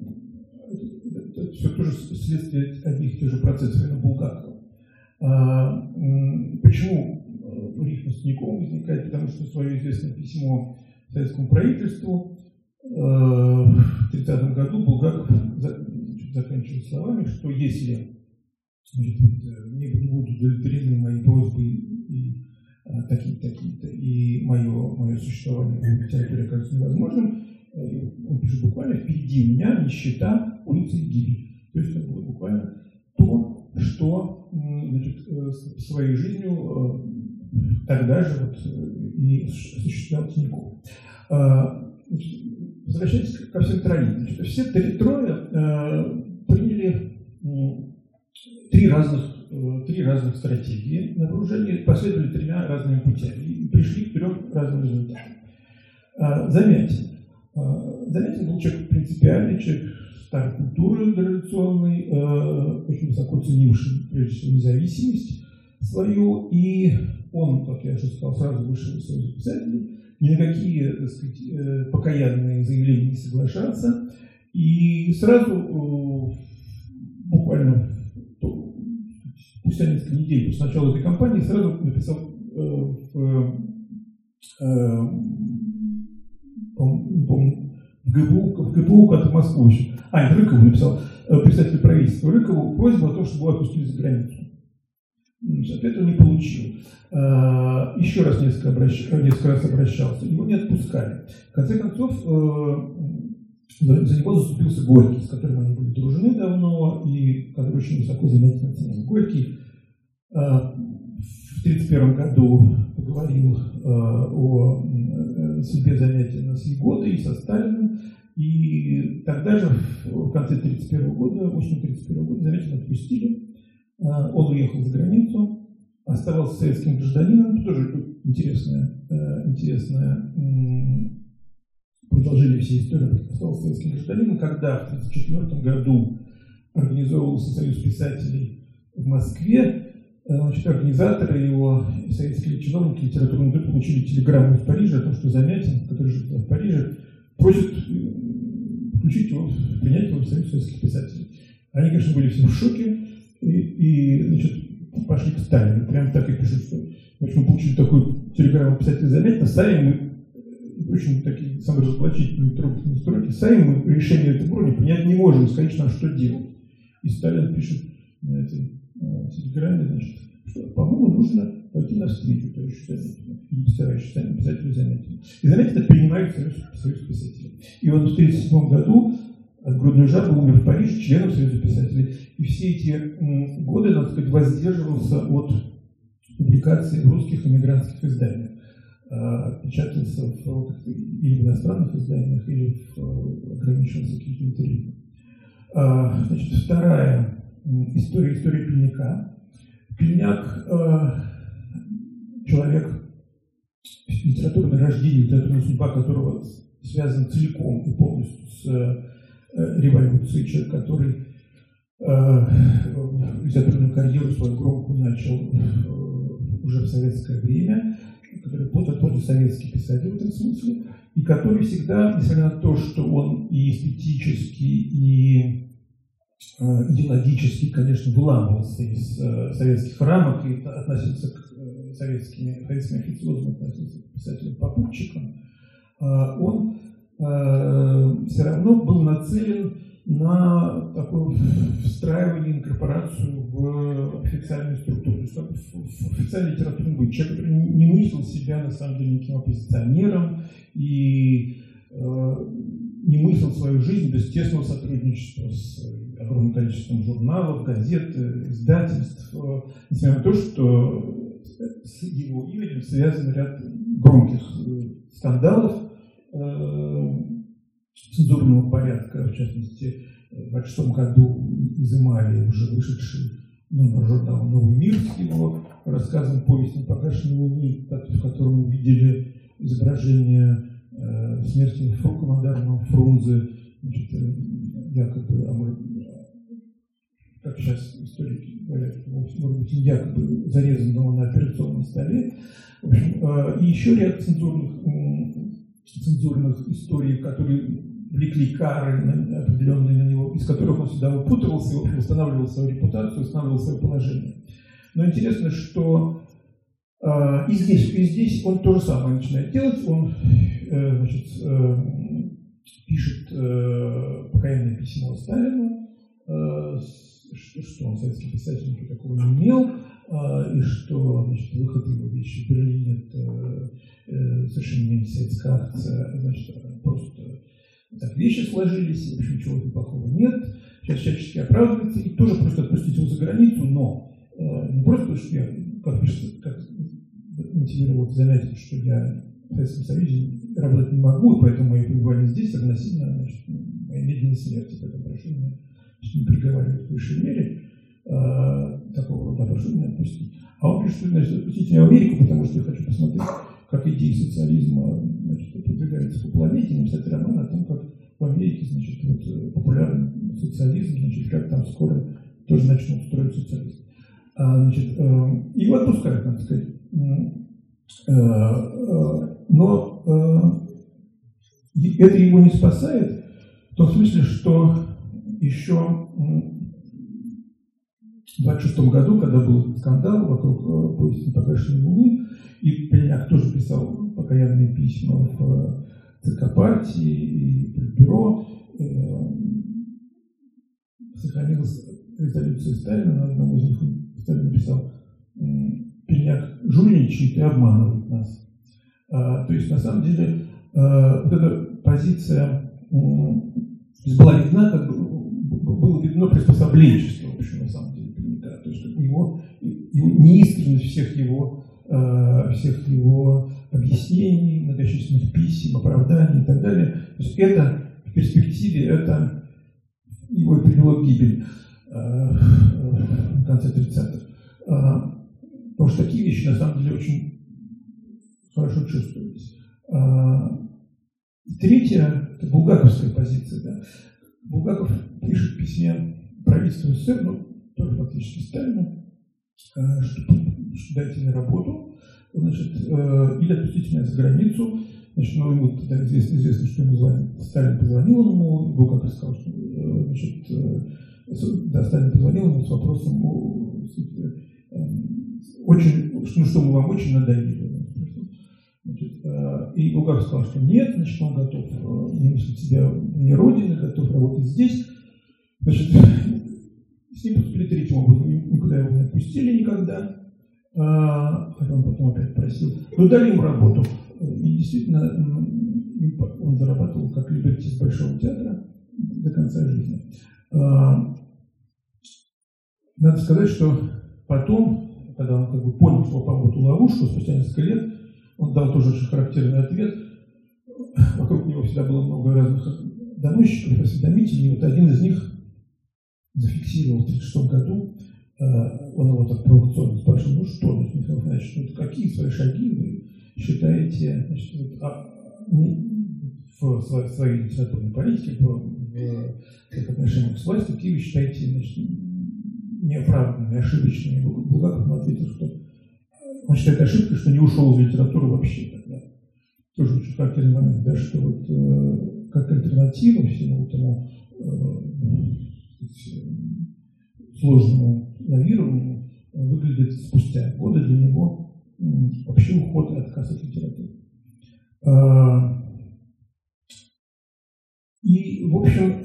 [SPEAKER 1] это все тоже следствие одних и тех же процессов именно Булгакова. А, почему рифма с Тиньковым возникает? Потому что свое известное письмо советскому правительству в тридцатом году Булгаков заканчивает словами, что если значит, не, не будут удовлетворены мои просьбы и такие-то, такие-то, и мое, мое существование в литературе окажется невозможным, он пишет буквально: впереди у меня нищета, улица и гибель. То есть это было буквально то, что значит, своей жизнью тогда же вот и осуществлял Тиньков. Возвращаясь ко всем троим. Значит, все трое приняли три разных, три разных стратегии на вооружение, последовали тремя разными путями и пришли к трем разным результатам. Замятин. Замятин был человек принципиальный, человек старой культуры традиционной, очень высоко ценивший, прежде всего, независимость свою, и он, как я уже сказал, сразу вышел из Союза писателей, ни на какие, так сказать, покаянные заявления не соглашался, и сразу, буквально пусть несколько недель после начала этой кампании, сразу написал в, не помню, в ГПУ, в ГПУ как-то в Москву еще. А, это Рыкову написал, представитель правительства Рыкову, просьбу о том, чтобы его отпустили за границу. Ответа он не получил. Еще раз несколько, обращ... несколько раз обращался, его не отпускали. В конце концов, за него заступился Горький, с которым они были дружны давно, и который очень высоко Замятин оценил. Горький в тридцать первом году поговорил о судьбе Замятина с Егодой и со Сталиным, и тогда же, в конце тридцать первого года, осенью тридцать первого года, Замятина отпустили, он уехал за границу, оставался советским гражданином. Это тоже интересное, интересное продолжение всей истории. Оставался советским гражданином, когда в тридцать четвёртом году организовывался Союз писателей в Москве. Значит, организаторы его, советские чиновники литературного дела, получили телеграмму из Парижа о том, что Замятин, который живет в Париже, просит включить его, принять его в Союз советских писателей. Они, конечно, были все в шоке и, и значит, пошли к Сталину. Прямо так и пишут, что значит, мы получили такую телеграмму писателя Замятина, сами мы, очень такие саморазоблачительные трогательные строки, сами мы решение этой брони принять не можем, скажите нам, что делать. И Сталин пишет на этой телеграмме, значит, что, по-моему, нужно пойти навстречу товарищу Замятину, и товарищу писателю Замятину. И Замятин принимает Союз, Союз писателей. И вот в тысяча девятьсот тридцать седьмом году от грудной жабы умер в Париже членом Союза писателей. И все эти годы, так сказать, воздерживался от публикации в русских эмигрантских изданиях. Печатался в, или в иностранных изданиях, или в, ограничивался какими-то интервью. Значит, вторая история, история Пельника. Пельняк – человек, литературное рождение, литературная судьба которого связана целиком и полностью с революцией, человек, который э, литературную карьеру свою громкую начал э, уже в советское время, который тот же советский писатель в этом смысле, и который всегда, несмотря на то, что он и эстетически, и идеологически, конечно, выламывался из советских рамок и относился к советскими, советским официозам, относился к писателям-попутчикам, он все равно был нацелен на такое встраивание, инкорпорацию в официальную структуру. То есть в официальной литературе был человек, который не мыслил себя на самом деле никаким оппозиционером и э, не мыслил свою жизнь без тесного сотрудничества с огромным количеством журналов, газет, издательств, несмотря на то, что с его именем связан ряд громких скандалов цензурного порядка, в частности, в двадцать шестом году изымали уже вышедший номер журнала «Новый мир» с его рассказом «Повесть на погашенной луне», в котором увидели изображение э, смерти командарма Фрунзе, значит, якобы, как сейчас историки говорят, может быть, якобы зарезанного на операционном столе. В общем, э, и еще ряд цензурных, э, цензурных историй, которые влекли кары определенные на него, из которых он всегда упутывался и, в общем, восстанавливал свою репутацию, восстанавливал свое положение. Но интересно, что э, и, здесь, и здесь он то же самое начинает делать. Он э, значит, э, пишет э, покаянное письмо Сталину, э, что, что он советский писатель ничего такого не имел, э, и что, значит, выход его вещи в Берлине – это э, совершенно не антисоветская акция, значит, просто так вещи сложились, в общем, ничего плохого нет, сейчас всячески оправдывается, и тоже просто отпустить его за границу, но э, не просто, что я, как пишется, как мотивировал заметить, что я в Советском Союзе работать не могу, и поэтому мое пребывание здесь равносильно, значит, моей медленной смерти, поэтому прошу меня не приговаривать в высшей мере, э, такого рода, прошу меня отпустить. А он пишет, что, значит, отпустите меня в Америку, потому что я хочу посмотреть, как идеи социализма, значит, продвигаются по планете, написать роман о том, как в Америке, значит, вот, популярный социализм, значит, как там скоро тоже начнут строить социализм. А, значит, э, его отпускают, надо сказать. Э, э, но э, это его не спасает в том смысле, что еще в двадцать шестом году, когда был скандал вокруг э, повести «На погашенной луны», и Пельняк тоже писал покаянные письма в ЦК партии и Политбюро, э, сохранилась резолюция Сталина, на одном из них Сталин написал: «Пельняк жульничает и обманывает нас». А, то есть, на самом деле, а, вот эта позиция э, была видна, как бы, было видно приспособленчество, в общем, на самом деле, Пельняка. То есть, его, его неискренность всех его всех его объяснений, многочисленных писем, оправданий и так далее. То есть это в перспективе это его и привело к гибели в конце тридцатых. Потому что такие вещи на самом деле очень хорошо чувствовались. Третье – это булгаковская позиция. Да. Булгаков пишет в письме правительству СССР, ну, тоже фактически Сталину, что дайте мне работу, значит, э, или отпустите меня за границу. Значит, ну, ему тогда известно, известно, что ему звонит. Сталин позвонил ему, был как сказал, что э, значит, э, да, Сталин позвонил ему с вопросом, э, очень, ну, что мы вам очень надоели. Значит, э, и Булгаков сказал, что нет, значит, он готов э, не мыслить себя вне Родины, готов работать здесь. Значит, с ним поступили третьим образом. Никуда его не отпустили никогда. Хотя он потом опять просил. Но дали ему работу. И действительно, он зарабатывал как либертист Большого театра до конца жизни. Надо сказать, что потом, когда он как бы понял, что попал в эту ловушку, спустя несколько лет, он дал тоже очень характерный ответ. Вокруг него всегда было много разных доносчиков, осведомителей. И вот один из них зафиксировал в тридцать шестом году, он его так провокационно спрашивал: ну что, значит, Михаил Иванович, ну, какие свои шаги вы считаете, значит, вот, а, в своей, своей литературной политике, в своих отношениях с властью, какие вы считаете, значит, неоправданными, ошибочными? Булгаков ему ответил, что он считает ошибкой, что не ушел из литературы вообще тогда. Тоже очень характерный момент, да, что вот э, как альтернатива всему этому э, сказать, сложному лавированию выглядит спустя годы для него вообще уход и отказ от литературы. И, в общем,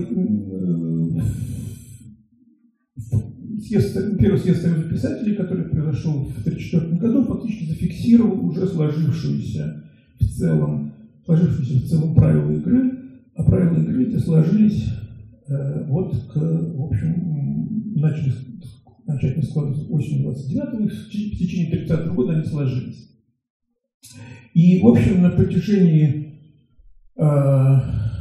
[SPEAKER 1] съезд, первый съезд Союза писателей, который произошел в тысяча девятьсот тридцать четвёртом году, фактически зафиксировал уже сложившуюся в целом, сложившиеся в целом правила игры, а правила игры эти сложились э, вот к, в общем, начали, начали складываться осенью двадцать девятого, и в течение тридцатого года они сложились. И, в общем, на протяжении э,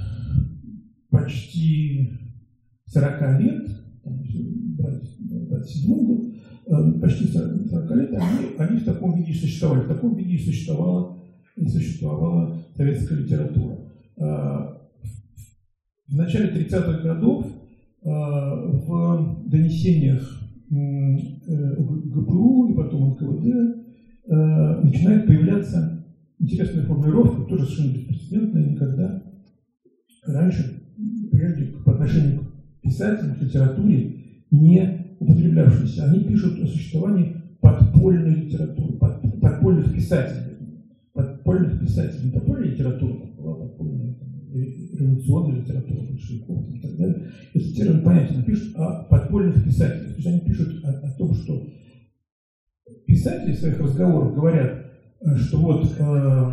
[SPEAKER 1] почти сорока лет, двадцать седьмой год, э, почти сорок лет, они, они в таком виде существовали. В таком виде существовала, и существовала советская литература. Э, в начале тридцатых годов э, в донесениях э, ГПУ и потом эн ка вэ дэ э, начинает появляться интересная формулировка, тоже совершенно беспрецедентная, никогда раньше, прежде по отношению к писателям, к литературе, не употреблявшиеся. Они пишут о существовании подпольной литературы, под, подпольных писателей. Подпольных писателей. Не подпольная литература, была подпольная революционная литература большевиков и так далее. Этот термин понятен. Они пишут о подпольных писателях. То есть они пишут о, о том, что писатели в своих разговорах говорят, что вот э,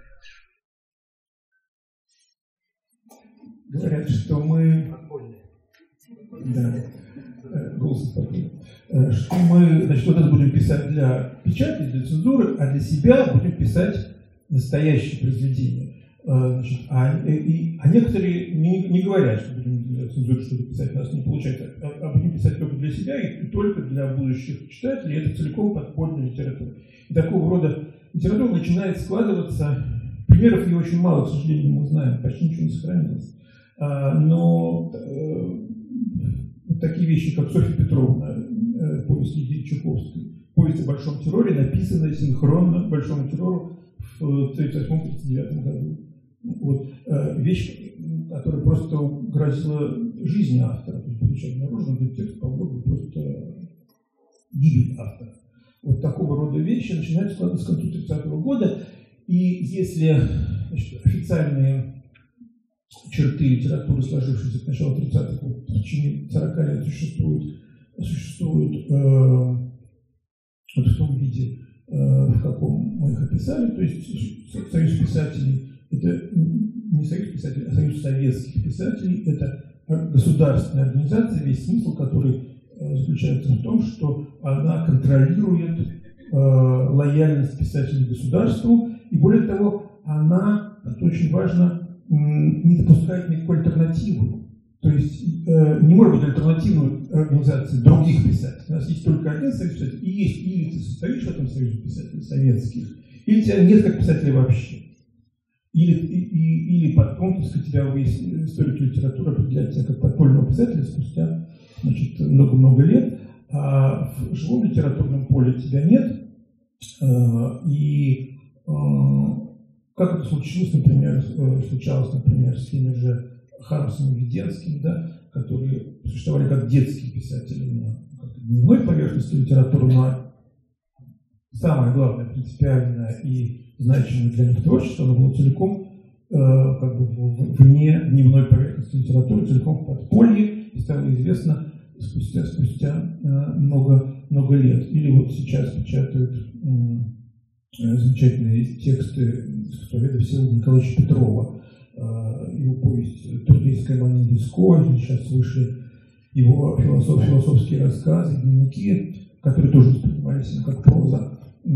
[SPEAKER 1] говорят, что мы да, э, голос подпольный, э, что мы, значит, вот это будем писать для печати, для цензуры, а для себя будем писать настоящие произведения. Э, значит, а, и, а некоторые не, не говорят, что будем для цензуры что-то писать, у нас не получается, а, а будем писать только для себя и, и только для будущих читателей. Это целиком подпольная литература. И такого рода литература начинает складываться, примеров ее очень мало, к сожалению, мы знаем, почти ничего не сохранилось. А, но э, такие вещи, как Софья Петровна, э, повесть Лидии Чуковской, повесть о большом терроре, написанная синхронно большому террору в тридцать восьмом — тридцать девятом году. Вот, э, вещь, которая просто грозила жизни автора, то есть будучи обнаружена, этот текст по-моему просто гибель автора. Вот такого рода вещи начинают складываться с конца тридцатого года, и если, значит, официальные черты литературы, сложившиеся к началу тридцатых, вот, в течение сорока лет существуют, существуют э, вот в том виде, э, в каком мы их описали, то есть Союз писателей, это не Союз писателей, а Союз советских писателей, это государственная организация, весь смысл которой заключается в том, что она контролирует э, лояльность писателей государству, и более того, она, это очень важно, не допускает никакой альтернативы. То есть э, не может быть альтернативной организации других писателей. У нас есть только один союз писателей, и есть или ты состоишь в этом союзе писателей советских, или тебя нет как писателя вообще. Или, и, и, или потом, так сказать, тебя есть историк литературы определяет тебя как подпольного писателя спустя, значит, много-много лет, а в живом литературном поле тебя нет. И как это случилось, например, случалось, например, с теми же Хармсом и Веденским, да, которые существовали как детские писатели на дневной поверхности литературы, но самое главное, принципиальное и значимое для них творчество, оно было целиком э, как бы вне дневной поверхности литературы, целиком в подполье, и стало известно спустя, спустя э, много, много лет. Или вот сейчас печатают э, замечательные тексты искусствоведа Всеволода Николаевича Петрова, э, его повесть «Тургеневская манна Леско», сейчас вышли его философ, философские рассказы, дневники, которые тоже воспринимались им как проза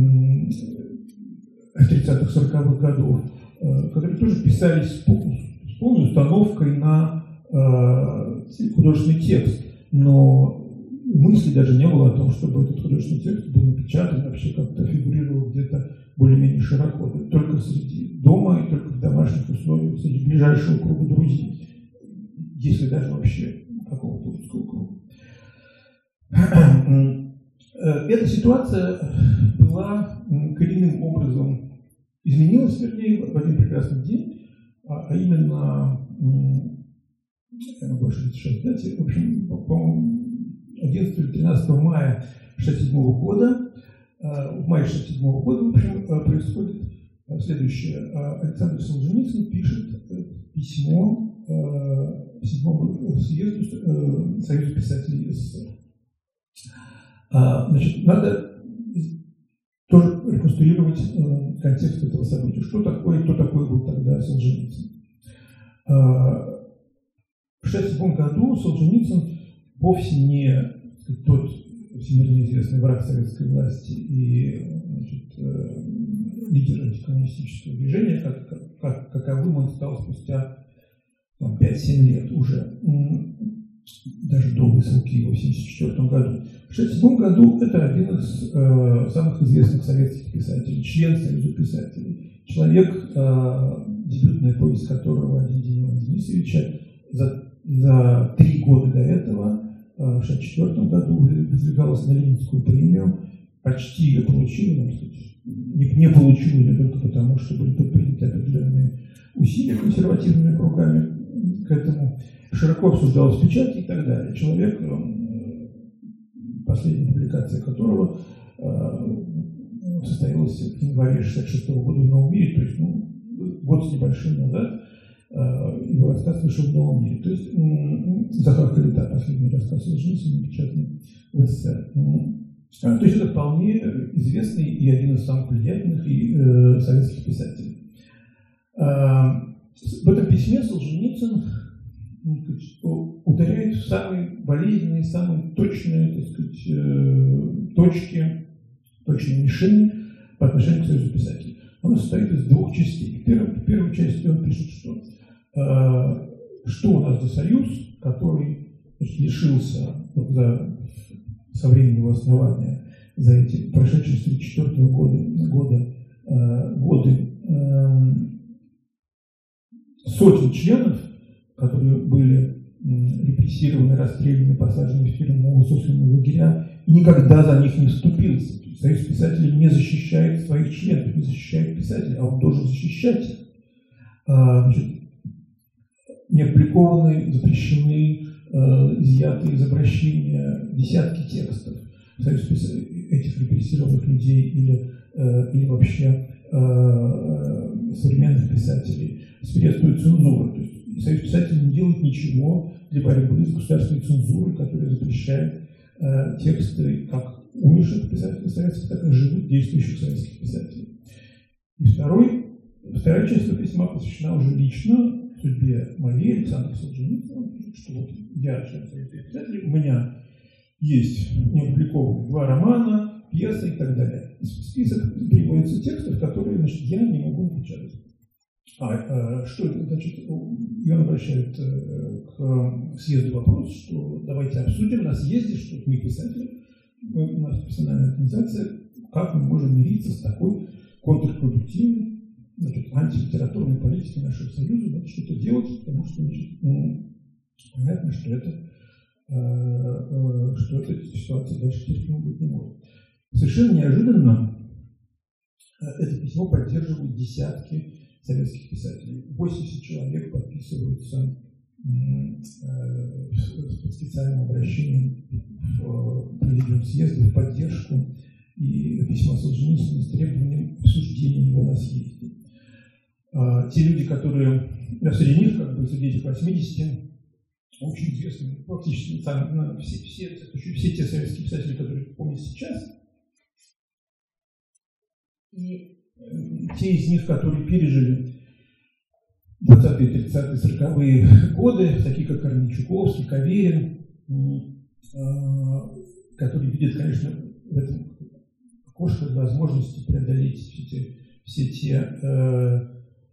[SPEAKER 1] тридцатых-сороковых годов, которые тоже писались с полной установкой на художественный текст, но мысли даже не было о том, чтобы этот художественный текст был напечатан, вообще как-то фигурировал где-то более-менее широко, только среди дома и только в домашних условиях, среди ближайшего круга друзей, если даже вообще какого-то узкого круга. Эта ситуация была коренным образом изменилась, вернее, в один прекрасный день, а именно я могу ошибиться сейчас дате, в общем, по-моему, одиннадцатого или тринадцатого мая шестьдесят седьмого года, в мае шестьдесят седьмого года, в общем, происходит следующее. Александр Солженицын пишет письмо седьмому съезду Союза писателей СССР. Значит, надо тоже реконструировать контекст этого события. Что такое, кто такой был тогда Солженицын? В шестьдесят седьмом году Солженицын вовсе не, сказать, тот всемирно известный враг советской власти и, значит, лидер антикоммунистического движения, как, как, как, каковым он стал спустя пять-семь лет уже, даже до высылки его в тысяча девятьсот семьдесят четвёртом году. В шестьдесят седьмом году это один из э, самых известных советских писателей, член Союза писателей, человек, э, дебютная повесть которого «Один день Ивана Денисовича» за, за три года до этого, э, в шестьдесят четвёртом году, выдвигалась на Ленинскую премию, почти ее получила, надо сказать, не, не получила ее только потому, что были предприняты определенные усилия консервативными кругами к этому, широко обсуждалось в печати и так далее. Человек, последняя публикация которого состоялась в январе шестьдесят шестого года в «Новом мире», то есть ну, год с небольшим назад его рассказ вышел в «Новом мире». То есть Захар Калита, последний рассказ Солженицына, напечатанный в СССР. То есть это вполне известный и один из самых влиятельных и, э, советских писателей. В этом письме Солженицын ударяет в самые болезненные, самые точные, так сказать, точки, точные мишени по отношению к Союзу писателей. Оно состоит из двух частей. В первой, в первой части он пишет, что что у нас за союз, который, значит, лишился вот, за, со времени его основания за эти прошедшие с тысяча девятьсот тридцать четвёртого года, года, э, годы э, сотен членов, которые были репрессированы, расстреляны, посажены в тюрьму, собственно, в лагеря, и никогда за них не вступился. Союз писателей не защищает своих членов, не защищает писателей, а он должен защищать их. А, значит, не опубликованы, запрещены, э, изъяты из обращения десятки текстов Союз этих репрессированных людей или, э, или вообще э, современных писателей. Свирепствует цензура. То есть Союз писателей не делает ничего для борьбы с государственной цензурой, которая запрещает э, тексты как умерших писателей советских, так и живых действующих советских писателей. И второй, вторая часть этого письма посвящена уже лично судьбе моей, Александра Солженицына, что вот я член Союза писателей, у меня есть неопубликованные два романа, пьесы и так далее. И список приводится текстов, которые, значит, я не могу напечатать. А, а что это значит? И он обращает к съезду вопрос, что давайте обсудим на съезде, что мы писатели, мы, у нас профессиональная организация, как мы можем мириться с такой контрпродуктивной, значит, антилитературной политикой нашего союза, надо что-то делать, потому что, значит, ну, понятно, что это, э, что эта ситуация дальше терпимо быть не может. Совершенно неожиданно это письмо поддерживают десятки советских писателей. восемьдесят человек подписываются под специальным обращением в Президиум съезда в поддержку и письма Солженицына с требованием обсуждения его на съезде. Те люди, которые, да, среди них, как бы среди этих восьмидесяти, очень известны, фактически там, все, все, все те советские писатели, которые помнят сейчас, и те из них, которые пережили двадцатые, тридцатые, сороковые годы, такие как Корничуковский, Каверин, которые видят, конечно, в этом окошко возможности преодолеть все те, все те э,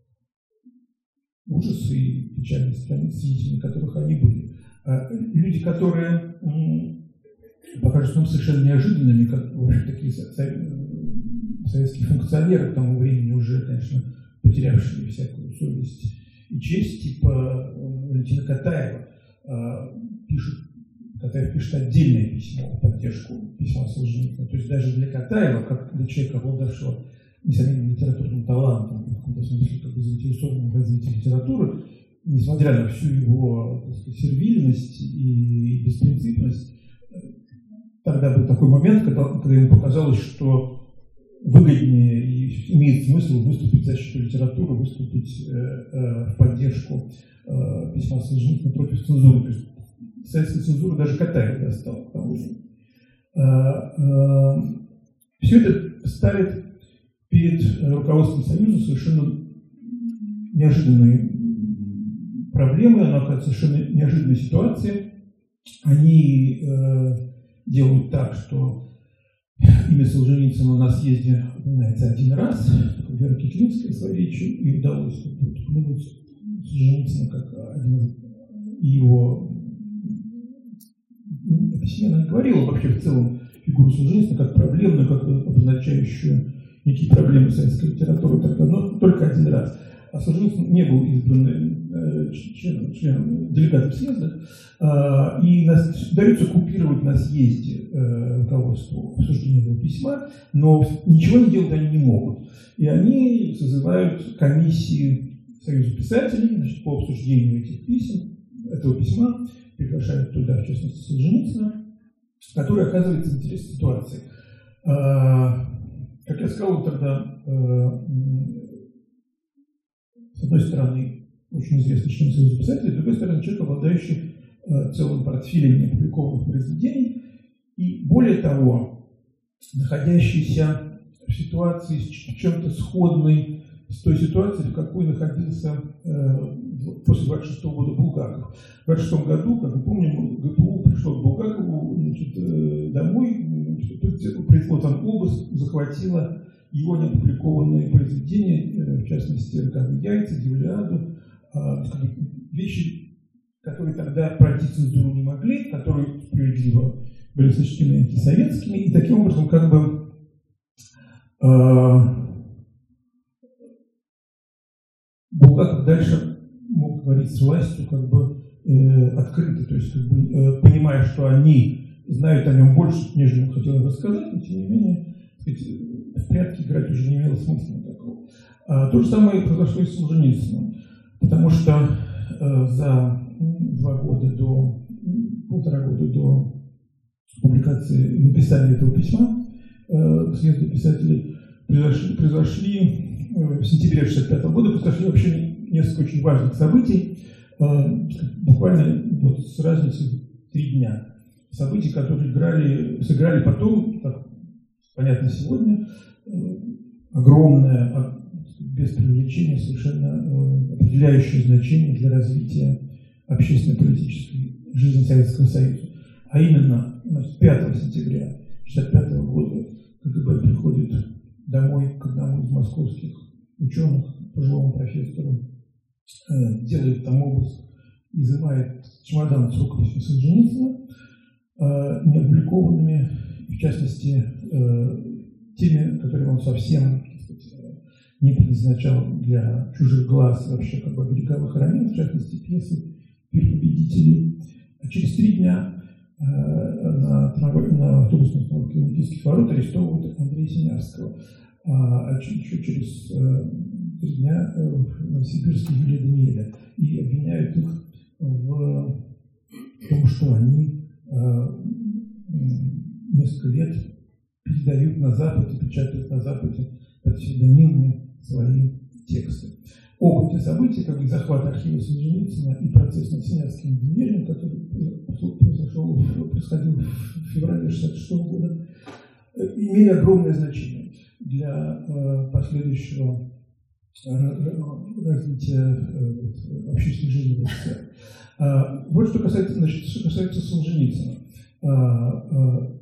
[SPEAKER 1] ужасы и печальные страницы, свидетелями которых они были. А люди, которые покажутся нам совершенно неожиданными, как, в общем, такие советские функционеры к тому времени уже, конечно, потерявшие всякую совесть и честь, типа Валентина Катаева, пишут, Катаев пишет отдельное письмо в поддержку письма Солженицына. То есть даже для Катаева, как для человека, обладавшего несомненным литературным талантом, в каком-то смысле как бы заинтересованным в развитии литературы, несмотря на всю его, так сказать, сервильность и беспринципность, тогда был такой момент, когда, когда ему показалось, что выгоднее и имеет смысл выступить в защиту литературы, выступить э, э, в поддержку э, письма Солженицына против цензуры. То есть советская цензура даже кота не достала к тому же. Э, э, все это ставит перед руководством Союза совершенно неожиданные проблемы, она оказывается совершенно неожиданной ситуации. Они э, делают так, что имя Солженицына на съезде упоминается один раз, Вера Китлинская словечие, и удалось упомянуть Солженицына как один из его письме. Она не говорила вообще в целом фигуру Солженицына как проблемную, как обозначающую некие проблемы советской литературы тогда, но только один раз. А Солженицын не был избран э, членом, членом делегатом съезда, э, и нас дается купировать на съезде э, руководству обсуждения этого письма, но ничего не делать они не могут. И они созывают комиссии Союза писателей, значит, по обсуждению этих писем, этого письма, приглашают туда, в частности, Солженицына, который оказывается в интересной ситуации. Э, как я сказал, тогда э, с одной стороны, очень известный член Союза писателей, с другой стороны, человек, обладающий э, целым портфелем неопубликованных произведений, и более того, находящийся в ситуации с чем-то сходной с той ситуацией, в какой находился э, после двадцать шестого года Булгаков. В двадцать шестом году, как мы помним, ГПУ пришло к Булгакову, значит, э, домой, значит, произвело там обыск, захватило его неопубликованные произведения, в частности, «Роковые яйца», «Дивлиаду», вещи, которые тогда пройти цензуру не могли, которые справедливо были сочтены антисоветскими, и таким образом как бы Булгаков дальше мог говорить с властью как бы открыто, то есть как бы, понимая, что они знают о нем больше, нежели он хотел им рассказать, но тем не менее, так сказать, в прятки играть уже не имело смысла никакого. А, то же самое произошло и с Солженицыным, потому что э, за два года до, полтора года до публикации, написания этого письма э, съезда писателей произошли, произошли э, в сентябре шестьдесят пятого года произошли вообще несколько очень важных событий, э, буквально вот с разницей в три дня. События, которые играли, сыграли потом, как понятно сегодня, огромное, без привлечения, совершенно определяющее значение для развития общественно-политической жизни Советского Союза. А именно, значит, пятого сентября шестьдесят пятого года КГБ приходит домой к одному из московских ученых, пожилому профессору, делает там обыск, изымает чемодан с рукописью Солженицына, неопубликованными, в частности, теми, которые он совсем, так сказать, не предназначал для чужих глаз, вообще как бы береговых хранил, в частности, пьесы «Пир победителей». А через три дня э, на, на автобусной остановке у Никитских ворот арестовывают Андрея Синявского. А, а еще через э, три дня э, в Новосибирске Юрия Даниэля. И обвиняют их в том, что они э, несколько лет передают на Запад и печатают на Западе под псевдонимами свои тексты. Оба эти события, как и захват архива Солженицына и процесс над Синявским обвинением, который произошел, происходил в феврале шестьдесят шестого года, имели огромное значение для э, последующего развития э, общественной жизни в СССР. А, вот что касается, значит, что касается Солженицына. А, а,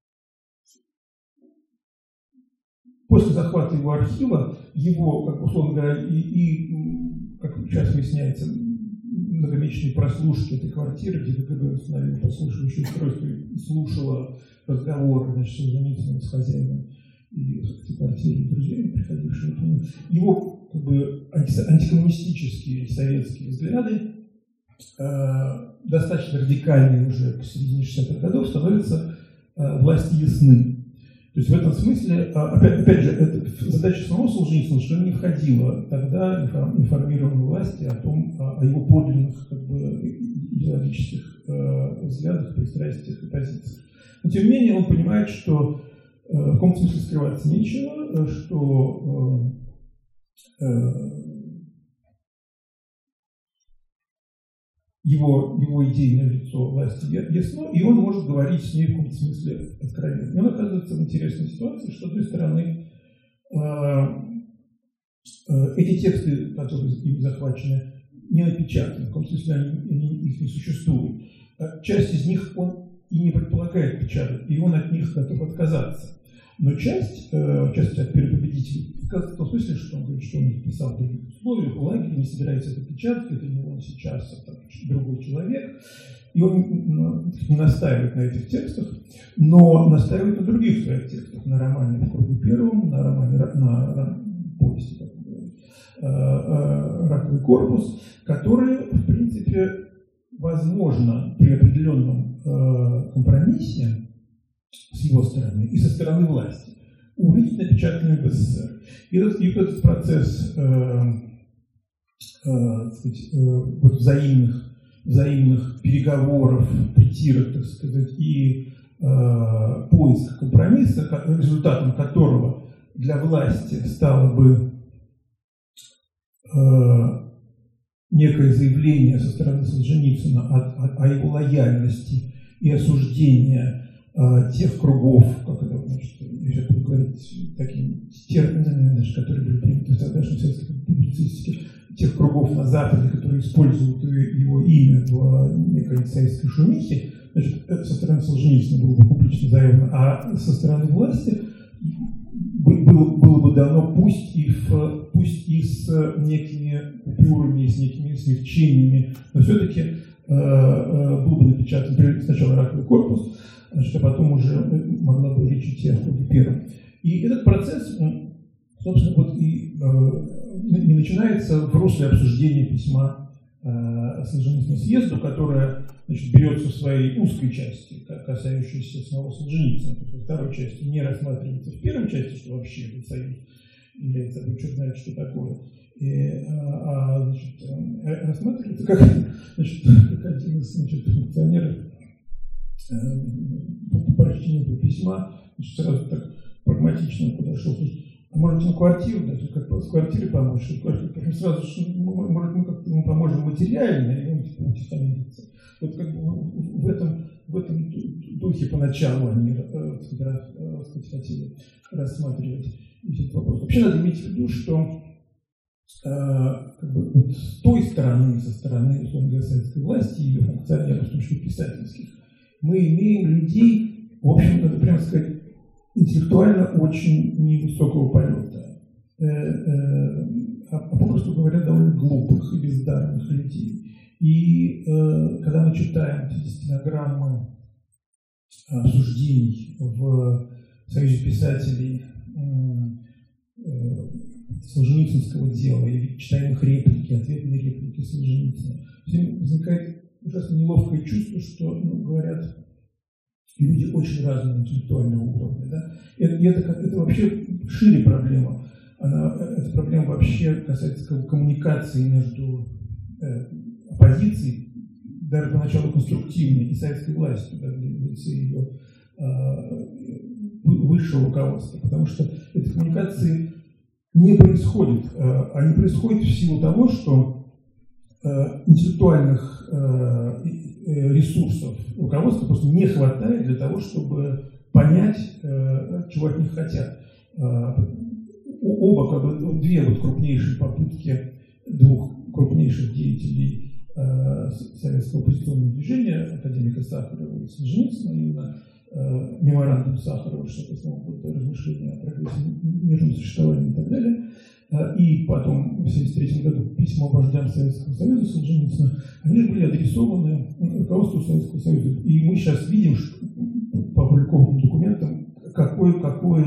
[SPEAKER 1] После захвата его архива, его, как условно говоря, и, и как сейчас выясняется, многомесячные прослушки этой квартиры, где КГБ установило подслушивающее устройство и слушало разговоры, значит, Солженицына с хозяином и этой квартиры, друзьями, приходившими к нему. Его как бы, анти, антикоммунистические советские взгляды, э, достаточно радикальные уже к середине шестидесятых годов, становятся э, власти ясны. То То есть в этом смысле, опять, опять же, это задача самого Солженицына, что не входила тогда информирование власти о том, о его подлинных как бы, идеологических э, взглядах, пристрастиях и позициях. Но тем не менее он понимает, что э, в каком-то смысле скрываться нечего, что э, э, Его, его идейное лицо власти ясно, и он может говорить с ней в каком-то смысле откровенно. И он оказывается в интересной ситуации, что, с одной стороны, эти тексты, которые ими захвачены, не напечатаны, в каком смысле они, они, их не существует. Часть из них он и не предполагает печатать, и он от них готов отказаться. Но часть, в частности, от первопобедителей, в том смысле, что он говорит, что он их писал в других условиях, в лагере, не собирается это печатать, это не он сейчас, а там, другой человек. И он ну, не настаивает на этих текстах, но настаивает на других своих текстах, на романе «В круге первом», на романе, на, на повести, как говорят, «Раковый корпус», которые, в принципе, возможно, при определенном компромиссе с его стороны и со стороны власти увидеть напечатанные в СССР. И этот, и этот процесс э, э, сказать, э, вот взаимных, взаимных переговоров, притирок, так сказать, и э, поиска компромисса, результатом которого для власти стало бы э, некое заявление со стороны Солженицына о, о, о его лояльности и осуждение тех кругов, как это, значит, я сейчас буду говорить такими терминами, значит, которые были приняты в тогдашней советской публицистике, тех кругов на Западе, которые используют его имя в некой антисоветской шумихе, значит, это со стороны Солженицына было бы публично заявлено, а со стороны власти было, было бы дано пусть и, в, пусть и с некими купюрами, с некими смягчениями, но все-таки э, э, был бы напечатан сначала «Раковый корпус», значит, а потом уже могла бы речь идти о круге первом. И этот процесс, собственно, вот и э, не начинается в русле обсуждения письма э, Солженицына съезду, которое, значит, берется в своей узкой части, касающейся самого Солженицына, то есть во второй части не рассматривается в первой части, что вообще этот союз является собой, черт знает, что такое, и, а, значит, рассматривается как, значит, как один из, значит, функционеров по прочтению этого письма, значит, сразу так прагматично подошел. А может, ему квартиру дать, как с квартирой помочь, что сразу, может, мы как-то ему поможем материально, и он типа утихомирится. Вот как бы в этом, в этом духе поначалу они, так сказать, хотели рассматривать этот вопрос. Вообще надо иметь в виду, что как бы, вот с той стороны, со стороны, условно говоря, советской власти и ее функционеров, в том числе писательских, мы имеем людей, в общем, надо прямо сказать, интеллектуально очень невысокого полета, э, э, а, попросту говоря, довольно глупых и бездарных людей. И э, когда мы читаем эти стенограммы обсуждений в Союзе писателей э, э, Солженицынского дела, или читаем их реплики, ответные реплики Солженицына, всем возникает ужасно неловкое чувство, что, ну, говорят люди очень разного интеллектуального уровня. Да? И это, это вообще шире проблема. Она, эта проблема вообще касается коммуникации между э, оппозицией, даже поначалу конструктивной, и советской властью, да, в лице ее э, высшего руководства. Потому что этой коммуникации не происходит. Э, а не происходит в силу того, что э, интеллектуальных э, ресурсов руководства просто не хватает для того, чтобы понять, э, чего от них хотят. Э, оба, как бы, две вот крупнейшие попытки двух крупнейших деятелей э, советского оппозиционного движения, академика Сахарова и Солженицына, именно э, меморандум Сахарова, что это размышления о прогрессе мирного существования и так далее, и потом в тысяча девятьсот семьдесят третьем году письмо вождям Советского Союза Солженицына, они же были адресованы руководству Советского Союза. И мы сейчас видим, что по опубликованным документам, какой, какой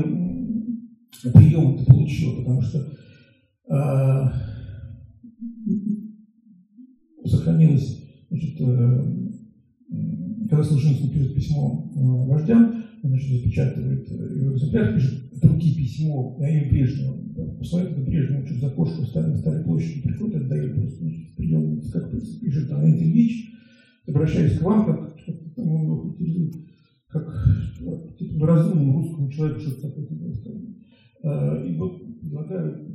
[SPEAKER 1] прием это получило, потому что э, сохранилось, значит, э, когда Солженицын пишет письмо э, вождям, значит, запечатывает его экземпляр, пишет от руки письмо на имя Брежнева, да, посылает это Брежневу, что за кошку на Старой площади приходит, отдает просто, значит, в приемнице, как пишет там Леонид Ильич, обращаюсь к вам, как, как, как типа, разумному русскому человеку, что-то такое было сказано. И вот предлагаю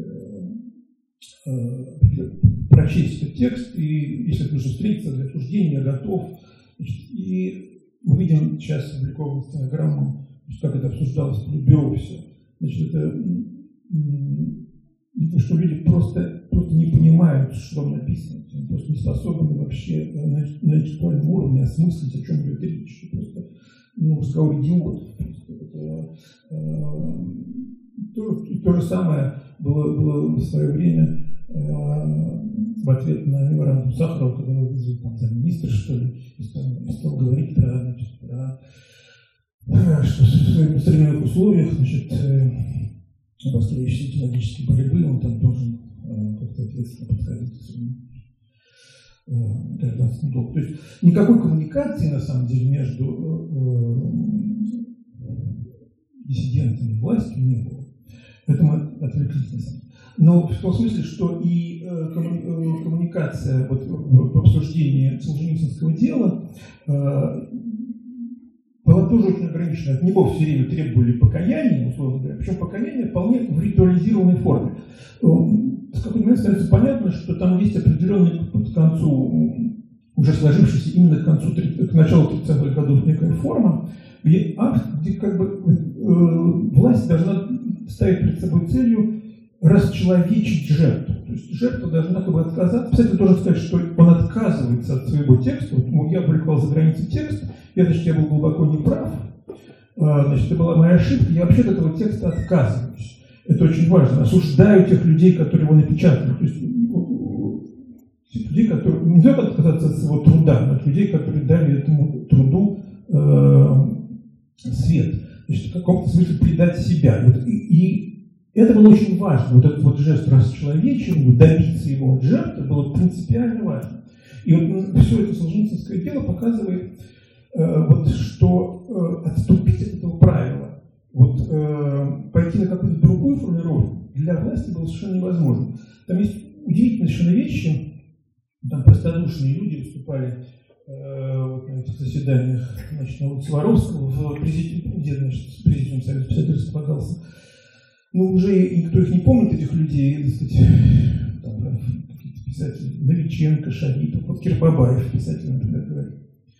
[SPEAKER 1] прочесть этот текст, и если это нужно встретиться для обсуждения, я готов. Значит, и мы видим сейчас опубликованную стенограмму, как это обсуждалось в бюро все. Значит, это видно, что люди просто, просто не понимают, что там написано. Они просто не способны вообще на, на интеллектуальном уровне осмыслить, о чем идет речь. Что просто, ну, разговор идиотов. Это, э, то, то же самое было, было в свое время э, в ответ на меморандум Сахарова, когда его вызвали там за министра, что ли, и стал, и стал говорить про, значит, про, про что в современных условиях, значит, э, обостряющейся идеологической борьбы, он там должен э, как-то ответственно подходить к своему э, гражданскому долгу. То есть никакой коммуникации, на самом деле, между э, диссидентами и властью не было. Это мы отвлеклись, на самом деле. Но в том смысле, что и э, коммуни- коммуникация вот, в, в обсуждении Солженицынского дела э, была тоже очень ограничена. От него все время требовали покаяния, условно говоря, причем покаяние вполне в ритуализированной форме. С какой-то момент становится понятно, что там есть определенный к концу, уже сложившийся именно к концу, к началу тридцатых годов некая форма, где акт, где как бы э, власть должна ставить перед собой целью расчеловечить жертву. То есть жертва должна как бы отказаться. Кстати, должен сказать, что он отказывается от своего текста. Вот я опубликовал за границей текст, я, значит, я был глубоко неправ, значит, это была моя ошибка, я вообще от этого текста отказываюсь. Это очень важно. Осуждаю тех людей, которые его напечатали. То есть тех людей, которые... Не только отказаться от своего труда, но от людей, которые дали этому труду э, свет. Значит, в каком-то смысле предать себя. Вот, и, и это было очень важно. Вот этот вот жест расчеловечения, добиться его от жертвы, было принципиально важно. И вот ну, все это Солженицынское дело показывает, э, вот, что э, отступить от этого правила, вот, э, пойти на какую-то другую формулировку для власти было совершенно невозможно. Там есть удивительные совершенно вещи. Там простодушные люди выступали э, вот на этих заседаниях, значит, на улице Воровского, в президиуме, где, значит, президиум Совета писателей располагался. Ну, уже никто их не помнит, этих людей, так сказать, там, какие-то писатели, Новиченко, Шарипов, вот Кирбабаев, писатель, например, говорит.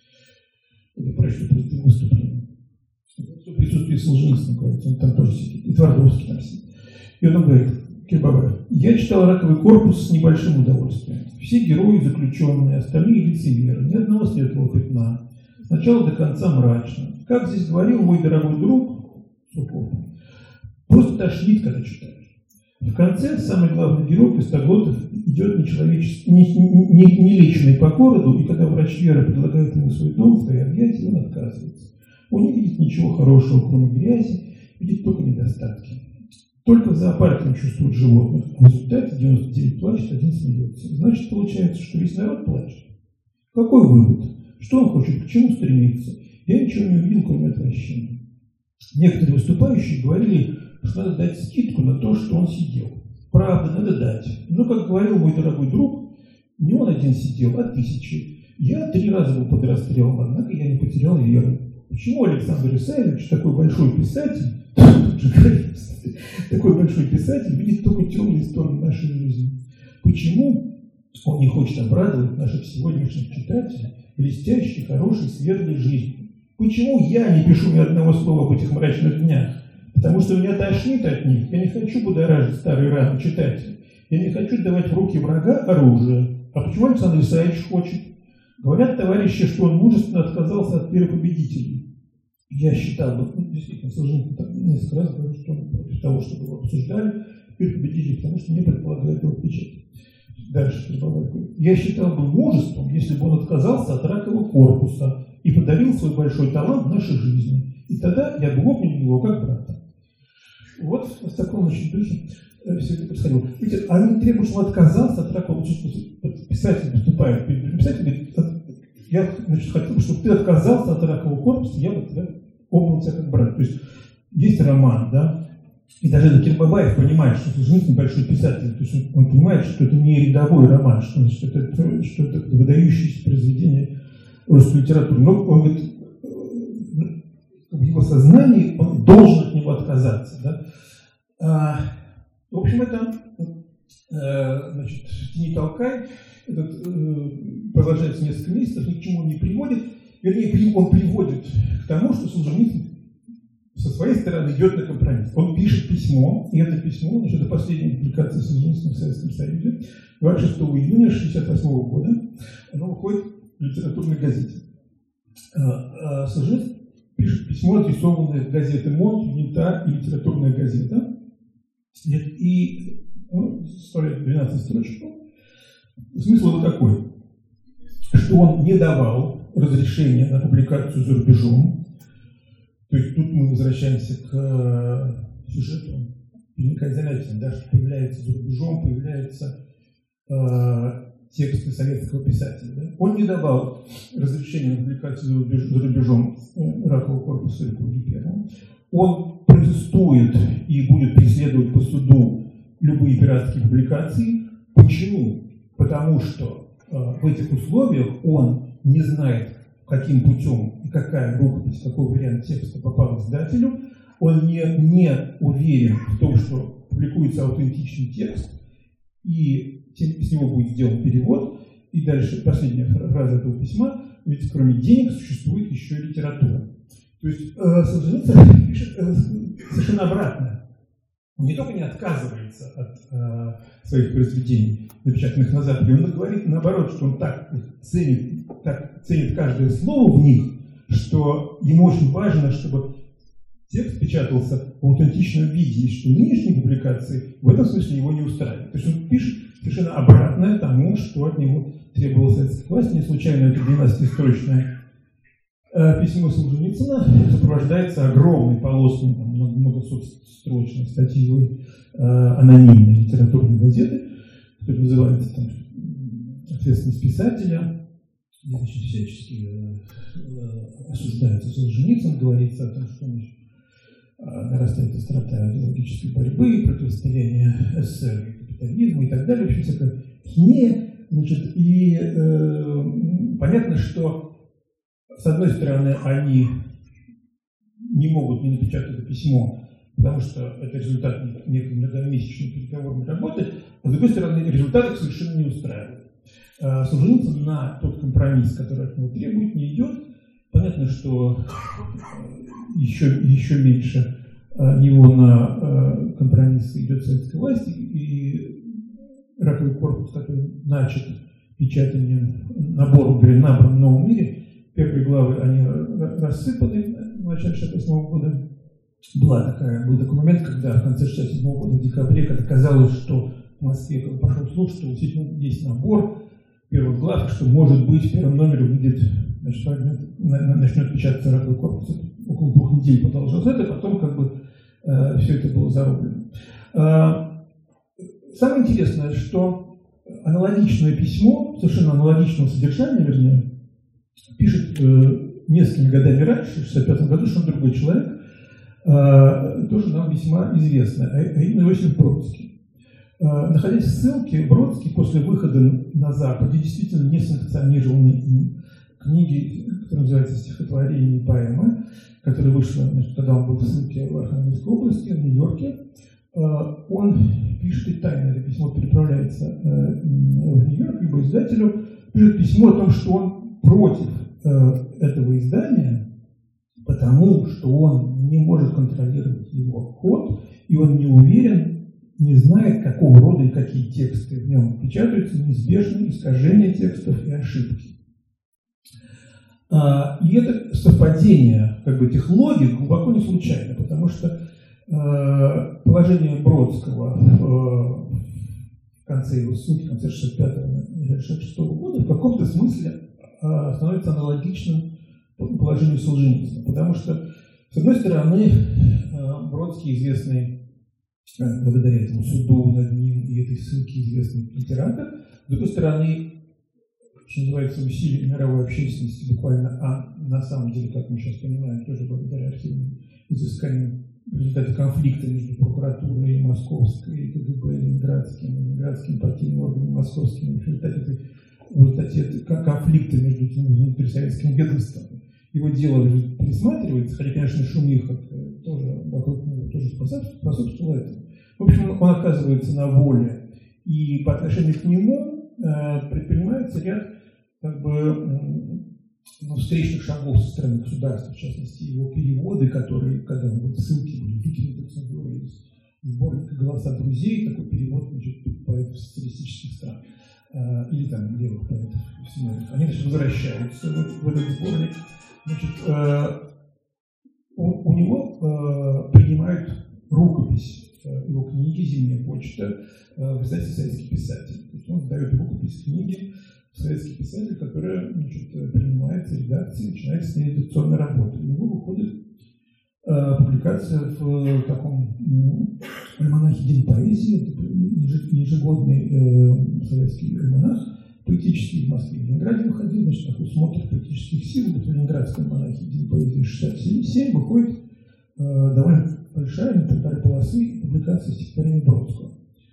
[SPEAKER 1] Я прочту просто его выступление. В присутствии Солженицына, говорит, он там тоже сидит, и Твардовский там сидит. И он говорит, Кирбабаев: я читал «Раковый корпус» с небольшим удовольствием. Все герои заключенные, остальные лицемеры, ни одного светлого пятна. Сначала до конца мрачно. Как здесь говорил мой дорогой друг Сухов, просто тошнит, когда читаешь. В конце самый главный герой Костоглотов идет нечеловеческий, не, не, не, не леченный по городу, и когда врач Вера предлагает ему свой дом, свои объятия, он отказывается. Он не видит ничего хорошего, кроме грязи, видит только недостатки. Только в зоопарке он чувствует животных. В результате девяносто девять плачет, один смеется. Значит, получается, что весь народ плачет. Какой вывод? Что он хочет, к чему стремится? Я ничего не увидел, кроме отвращения. Некоторые выступающие говорили, что надо дать скидку на то, что он сидел. Правда, надо дать. Но, как говорил мой дорогой друг, не он один сидел, а тысячи. Я три раза был под расстрелом, однако я не потерял веры. Почему Александр Исаевич, такой большой писатель, такой большой писатель, видит только темные стороны нашей жизни? Почему он не хочет обрадовать наших сегодняшних читателей блестящей, хорошей, светлой жизнью? Почему я не пишу ни одного слова об этих мрачных днях? Потому что меня тошнит от них. Я не хочу будоражить старые раны читателей. Я не хочу давать в руки врага оружие. А почему Александр Исаевич хочет? Говорят товарищи, что он мужественно отказался от первых победителей. Я считал, вот, ну, действительно, Солженицын несколько раз говорил, что он против того, чтобы его обсуждали, первых победителей, потому что не предполагает его печать. Дальше говорит: я считал бы мужеством, если бы он отказался от ракового корпуса и подарил свой большой талант нашей жизни. И тогда я бы обнял его как брата. Вот в таком, значит, духе все это происходило. Видите, они требуют, чтобы он отказался от ракового корпуса. Писатель выступает перед писателем, говорит: я, значит, хотел бы, чтобы ты отказался от ракового корпуса, я бы тебя оба он тебя как брат. То есть есть роман, да, и даже Закир Бабаев понимает, что Солженицын большой писатель, то есть он, он понимает, что это не рядовой роман, что, что, это, что это выдающееся произведение русской литературы. Но он говорит, в его сознании он должен от него отказаться. Да? А, в общем, это, а, значит, «Не толкай», этот, а, продолжается несколько месяцев, ни к чему не приводит. Вернее, он приводит к тому, что Солженицын со своей стороны идет на компромисс. Он пишет письмо, и это письмо, значит, это последняя публикация Солженицына в Советском Союзе, двадцать шестого июня тысяча девятьсот шестьдесят восьмого года, оно выходит в литературной газете. Солженицын пишет письмо, адресованное в газеты «Монт», «Юнита» и «Литературная газета». И ну, составляет двенадцать строчек. Смысл вот такой, что он не давал разрешения на публикацию за рубежом. То есть тут мы возвращаемся к сюжету Пеленкай Замятина, да, что появляется за рубежом, появляются э, тексты советского писателя. Да? Он не давал разрешения на публикацию за, рубеж, за рубежом ракового корпуса и круги первого. Он протестует и будет преследовать по суду любые пиратские публикации. Почему? Потому что э, в этих условиях он не знает, каким путем и какая рукопись, какой вариант текста попал к издателю. Он не, не уверен в том, что публикуется аутентичный текст, и с него будет сделан перевод. И дальше последняя фраза этого письма: ведь кроме денег существует еще и литература. То есть э, Солженицын пишет э, совершенно обратно. Он не только не отказывается от э, своих произведений, напечатанных на Западе, он говорит наоборот, что он так ценит, так ценит каждое слово в них, что ему очень важно, чтобы текст печатался в аутентичном виде, и что нынешние публикации в этом смысле его не устраивают. То есть он пишет совершенно обратное тому, что от него требовала советская власть. Не случайно это двенадцатистрочное э, письмо Солженицына сопровождается огромной полосной, там, многосотстрочной статьей э, анонимной литературной газеты, которая называется там, «Ответственность писателя», где значит, всячески э, э, осуждается Солженицын, говорится о том, что он нарастает острота идеологической борьбы, противостояния СССР и капитализма и так далее. В общем, всякая хинея. Значит, и э, понятно, что с одной стороны они не могут не напечатать это письмо, потому что это результат некой многомесячной переговорной работы, а с другой стороны результат их совершенно не устраивает. Э, Солженицын на тот компромисс, который от него требует, не идет. Понятно, что еще, еще меньше него на компромиссы идет советская власть, и раковый корпус, который начат печатанием, набором, говоря, набран в новом мире, первые главы, они рассыпаны в начале шестьдесят восьмого года. Была такая, был такой момент, когда в конце шестьдесят седьмого года, в декабре, когда казалось, что в Москве пошел слух, что действительно есть набор первых глав, что, может быть, в первом номере выйдет, значит, начнет печататься раковый корпус. Около двух недель продолжилось это, потом как бы э, все это было зарублено. Э, самое интересное, что аналогичное письмо, совершенно аналогичного содержания, вернее, пишет э, несколькими годами раньше, в шестьдесят пятом году, что он другой человек, э, тоже нам весьма известно, а, а именно Иосиф Бродский. Э, находясь в ссылке, Бродский после выхода на Западе, действительно несанкционированной им книги, которая называется «Стихотворение и поэмы», которая вышла, значит, когда он был в ссылке в Архангельской области, в Нью-Йорке, он пишет, и тайно это письмо переправляется в Нью-Йорк его издателю, пишет письмо о том, что он против этого издания, потому что он не может контролировать его ход, и он не уверен, не знает, какого рода и какие тексты в нем печатаются, неизбежны искажения текстов и ошибки. И это совпадение как бы, этих логик глубоко не случайно, потому что э, положение Бродского в, в конце его ссылки, в конце шестьдесят пятого шестьдесят шестого года в каком-то смысле э, становится аналогичным положению Солженицына, потому что, с одной стороны, э, Бродский известный э, благодаря этому суду над ним и этой ссылке известный литератор, с другой стороны, что называется, усилие мировой общественности буквально, а на самом деле, как мы сейчас понимаем, тоже благодаря архивным изысканиям в результате конфликта между прокуратурой московской, КГБ ленинградским, ленинградским партийным органом московским, в результате, этой, в результате этой конфликта между этими внутрисоветскими ведомствами. Его дело пересматривается, хотя, конечно, шумиха тоже вокруг него тоже способствовало этому. В общем, он оказывается на воле, и по отношению к нему э, предпринимается ряд как бы, ну, встречных шагов со стороны государства, в частности, его переводы, которые, когда вот ссылки были выкинуты в цензуру из сборника «Голоса друзей», такой перевод, значит, поэтов социалистических стран, э, или там левых поэтов всемирных, они, значит, возвращаются вот в этот сборник. Значит, э, у, у него э, принимают рукопись э, его книги «Зимняя почта» э, в издательстве «Советский писатель». То есть он сдает рукопись книги в «Советский писатель», которая, значит, принимается редакцией, начинается с ней редакционная работа. У него выходит э, публикация в э, таком э, альманахе «День поэзии», это ежегодный э, советский альманах, поэтический в Москве и Ленинграде выходил, значит, такой смотр поэтических сил, вот в Ленинградском альманахе «День поэзии» шестьдесят семь выходит э, довольно большая, на полторы полосы, публикация стихотворений Бродского.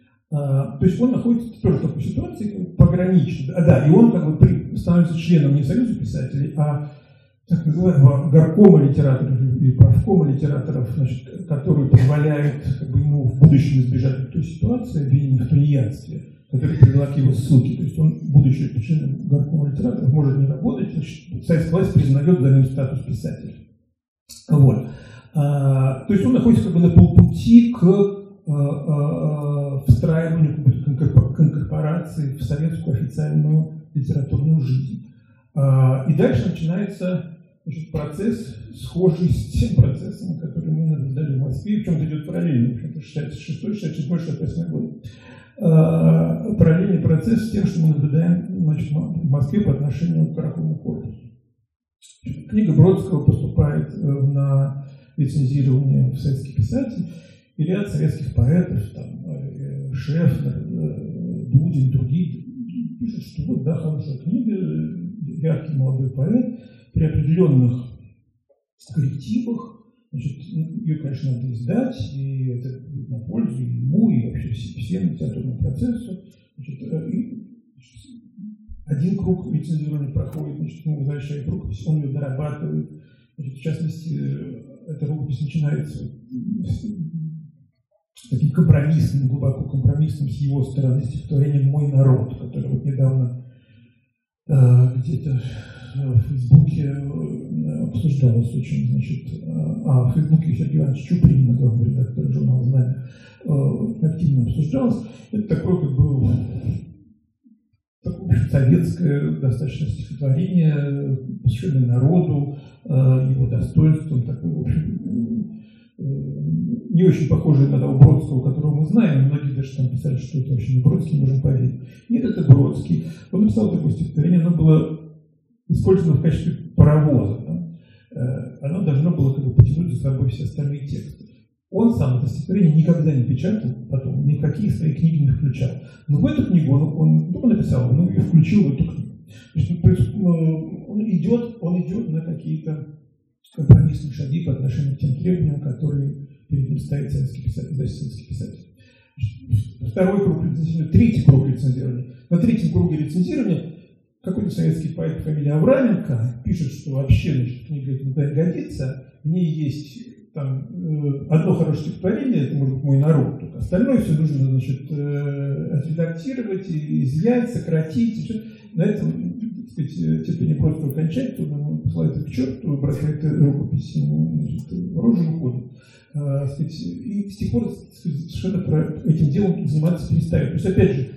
[SPEAKER 1] А, то есть он находится тоже в такой ситуации, как бы пограничной. А, да, и он как бы при, становится членом не Союза писателей, а так называемого горкома литераторов или правкома литераторов, значит, который позволяет как бы, ему в будущем избежать той ситуации обвинения в тунеядстве, которая привела к его ссылке. То есть он, будучи членом горкома литераторов, может не работать, значит, советская власть признает за ним статус писателя. Вот. А, то есть он находится как бы на полпути к а, а, встраиванию к инкорпорации в советскую официальную литературную жизнь. А, и дальше начинается, значит, процесс, схожий с тем процессом, который мы наблюдали в Москве, в чем-то идет параллельно, в общем-то, шестьдесят шестой, шестьдесят седьмой, шестьдесят восьмой год. А, параллельный процесс с тем, что мы наблюдаем, значит, в Москве по отношению к Караковому корпусу. Книга Бродского поступает на лицензирование в «Советский писатель», и ряд советских поэтов, там, Шефнер, Дудин, другие, пишут, что вот, да, хорошая книга, яркий молодой поэт, при определенных коррективах, значит, ее, конечно, надо издать, и это будет на пользу и ему, и вообще всем литературному процессу. Значит, и, значит, один круг лицензирования проходит, значит, ему возвращает рукопись, он ее дорабатывает. Значит, в частности, эта рукопись начинается с таким компромиссным, глубоко компромиссным с его стороны стихотворением «Мой народ», которое вот недавно э, где-то в Фейсбуке э, обсуждалось очень, значит, э, а в Фейсбуке Сергея Ивановича Чуприна, главного редактора журнала «Знамя», э, активно обсуждалось. Это такое, как бы, такое советское достаточно стихотворение, посвященное народу, э, его достоинствам, такое, в общем, не очень похожий на того Бродского, которого мы знаем, многие даже там писали, что это вообще не Бродский, можем поверить. Нет, это Бродский. Он написал такое стихотворение, оно было использовано в качестве паровоза. Да? Оно должно было как бы потянуть за собой все остальные тексты. Он сам это стихотворение никогда не печатал, потом никакие свои книги не включал. Но в эту книгу он, он, он написал, он ее включил в эту книгу. Значит, он идет, он идет на какие-то компромиссные шаги по отношению к тем требованиям, которые перед ним ставит советский писатель, советский писатель. Второй круг лицензирования, третий круг лицензирования. На третьем круге лицензирования какой-то советский поэт по фамилии Авраменко пишет, что вообще, значит, книга эта никуда не годится, в ней есть там одно хорошее стихотворение, это может быть «Мой народ», только остальное все нужно, значит, отредактировать, изъять, сократить. На этом, так сказать, терпение просто кончается, он посылает их к черту, бросает рукопись ему, значит, в рожу выходит. А, сказать, и с тех пор, сказать, совершенно про этим делом заниматься перестает. То есть, опять же,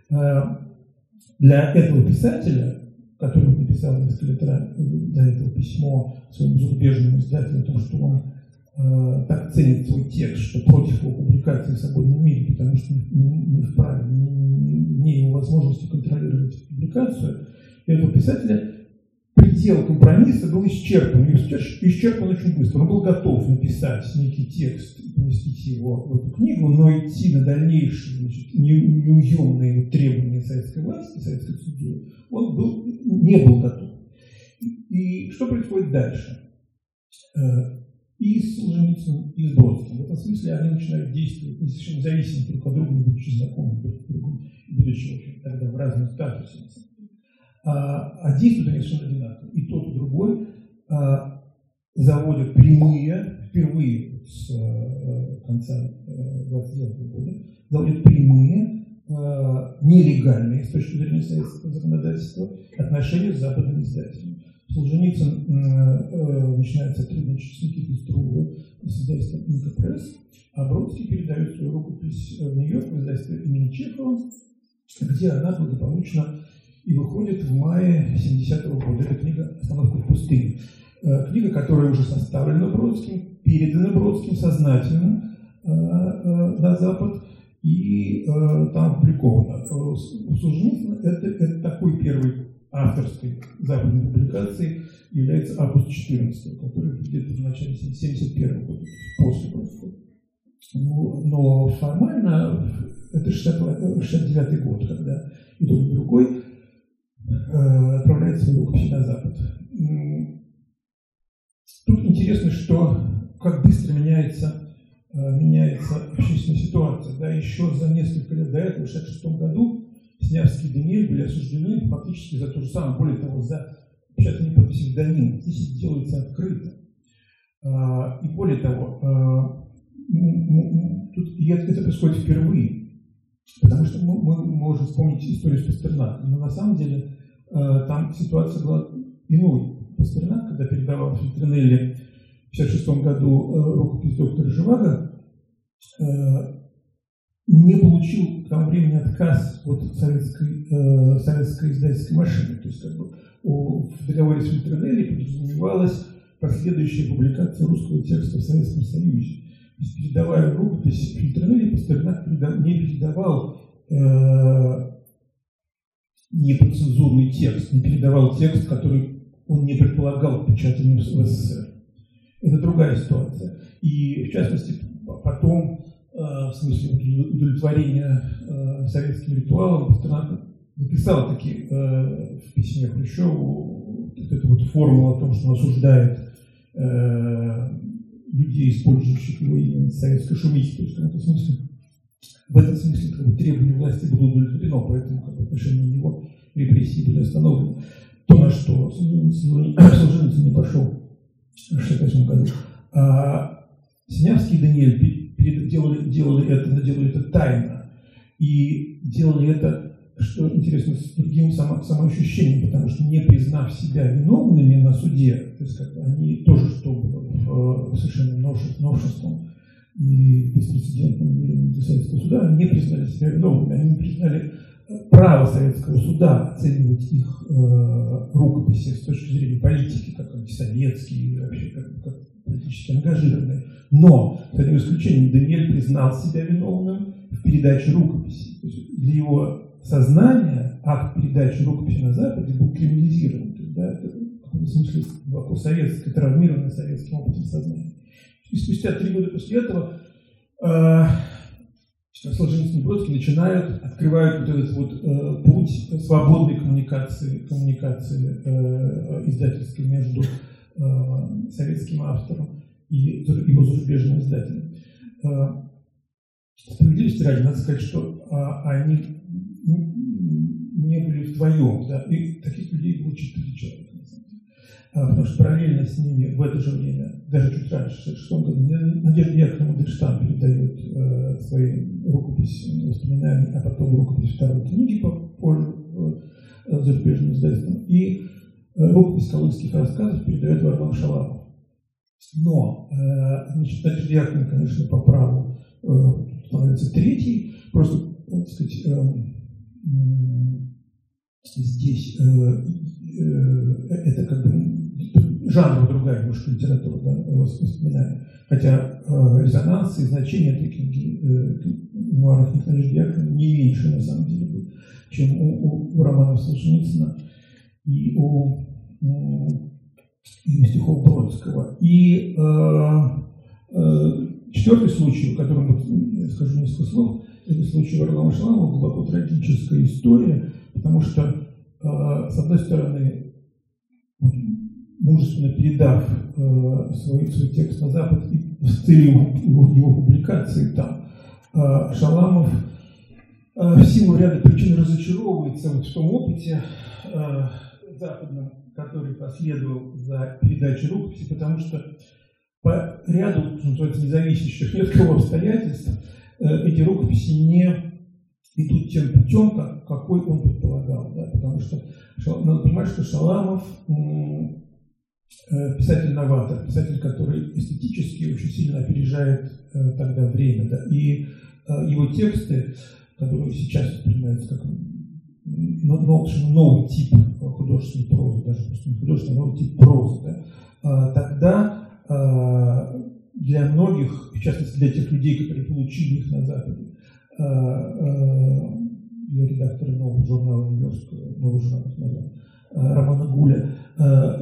[SPEAKER 1] для этого писателя, который написал несколько лет до этого письмо своему зарубежному издателю о том, что он э, так ценит свой текст, что против его публикации в свободном мире, потому что не, не вправе, не, не, не его возможности контролировать публикацию, этого писателя предел компромисса был исчерпан, и исчерпан очень быстро. Он был готов написать некий текст и поместить его в эту книгу, но идти на дальнейшие, значит, неуемные требования советской власти, советской цензуры, он был, не был готов. И что происходит дальше? и с Солженицыным, и с Бродским. В этом смысле они начинают действовать не совершенно независимо друг от друга, не будучи знакомы друг с другом, будучи, в общем, тогда в разных статусах. А, а действуют они совершенно одинаково. И тот, и другой а, заводят прямые, впервые с а, конца двадцать девятого года, заводят прямые, а, нелегальные с точки зрения советского законодательства отношения с западными издателями. Солженицын э, начинает сотрудничать с Никитой Струве с издательством «Инкопресс», а Бродский передает свою рукопись в Нью-Йорк в издательство имени Чехова, где она благополучно и выходит в мае семидесятого года. Эта книга «Остановка в пустыне». Э, книга, которая уже составлена Бродским, передана Бродским сознательно э, э, на Запад и э, там опубликована. У Солженицына это, это такой первый авторской западной публикации является «Август четырнадцатого», который где-то в начале семьдесят первого года, после Бродского. Но, но формально это шестьдесят девятый год, когда и тот, и другой э, отправляет свои рукописи на Запад. Тут интересно, что как быстро меняется, э, меняется общественная ситуация. Да, еще за несколько лет до этого, в шестьдесят шестом году, Синявский и Даниэль были осуждены фактически за то же самое, более того, за печатание под псевдонимом. Здесь это делается открыто. И более того, тут, и это, это происходит впервые, потому что мы, мы можем вспомнить историю с Пастернаком, но на самом деле там ситуация была иной. Пастернак, когда передавал Фельтринелли в пятьдесят шестом году рукопись доктора Живаго, не получил к тому времени отказ от советской, э, советской издательской машины. То есть как бы о, в договоре с Фельтринелли подразумевалась последующая публикация русского текста в Советском Союзе. То есть, передавая рукопись Фельтринелли, Пастернак передав, не передавал э, неподцензурный текст, не передавал текст, который он не предполагал печатанию в СССР. Это другая ситуация. И в частности, потом в смысле удовлетворения э, советским ритуалам, Пастернак написал таки э, в письме Хрущеву вот эту вот формулу о том, что он осуждает э, людей, использующих его имя советской шумихи. То есть в этом смысле, в этом смысле как бы, требования власти было удовлетворено, поэтому как бы, в отношении него репрессии были остановлены. То, на что Солженицын не пошел в шестьдесят восьмом году. А Синявский и Даниэль Делали, делали это, делали это тайно. И делали это, что интересно, с другим само, самоощущением, потому что не признав себя виновными на суде, то есть как они тоже, что было в, совершенно новшеством и беспрецедентном мире для советского суда, они не признали себя виновными, они не признали право советского суда оценивать их э, рукописи с точки зрения политики, как антисоветские, вообще как, как политически ангажированные. Но, с одним исключением, Даниэль признал себя виновным в передаче рукописи. То есть для его сознания акт передачи рукописи на Западе был криминализирован. То есть, да, это в каком-то смысле глубоко советское, травмированное советским опытом сознания. И спустя три года после этого э, Солженицын и Бродский начинают, открывают вот этот вот э, путь свободной коммуникации, коммуникации э, издательской между э, советским автором и его зарубежным издателем. Э, справедливости ради, надо сказать, что э, они не были вдвоем, да, и таких людей было четыре человека. Потому что параллельно с ними в это же время, даже чуть раньше, в шестьдесят шестом году, Надежда Яковлевна Мандельштам передает э, свои рукописи, воспоминания, а потом рукопись второй книги позже э, зарубежным издательством. И э, рукопись колымских рассказов передает Варлам Шаламов. Но, э, значит, Надежда Яковлевна, конечно, по праву э, становится третьей, просто, так сказать, э, э, здесь э, э, это как бы жанр другая немножко литература, да, воспоминания. Хотя э, резонанс и значение этой книги, э, мемуаров Надежды Яковлевны не меньше, на самом деле, будет, чем у, у, у романов Солженицына и у, у, и у стихов Бродского. И э, э, четвертый случай, о котором вот, я скажу несколько слов, это случай Варлама Шаламова, глубоко трагическая история, потому что, э, с одной стороны, мужественно передав э, свой, свой текст на Запад и с целью его, его публикации там, э, Шаламов э, в силу ряда причин разочаровывается вот в том опыте э, западном, который последовал за передачей рукописи, потому что по ряду, что называется, независящих ни от кого обстоятельств э, эти рукописи не идут тем путем, как, какой он предполагал. Да? Потому что надо понимать, что Шаламов м- э, писатель-новатор, писатель, который эстетически очень сильно опережает э, тогда время. Да? И э, его тексты, которые сейчас воспринимаются как но, но, новый тип художественной прозы, даже просто не художественный, а новый тип прозы, да? а, тогда а, для многих, в частности для тех людей, которые получили их на Западе, а, а, для редактора нового журнала Нью-Йоркского, нового журнала а, Романа Гуля, а,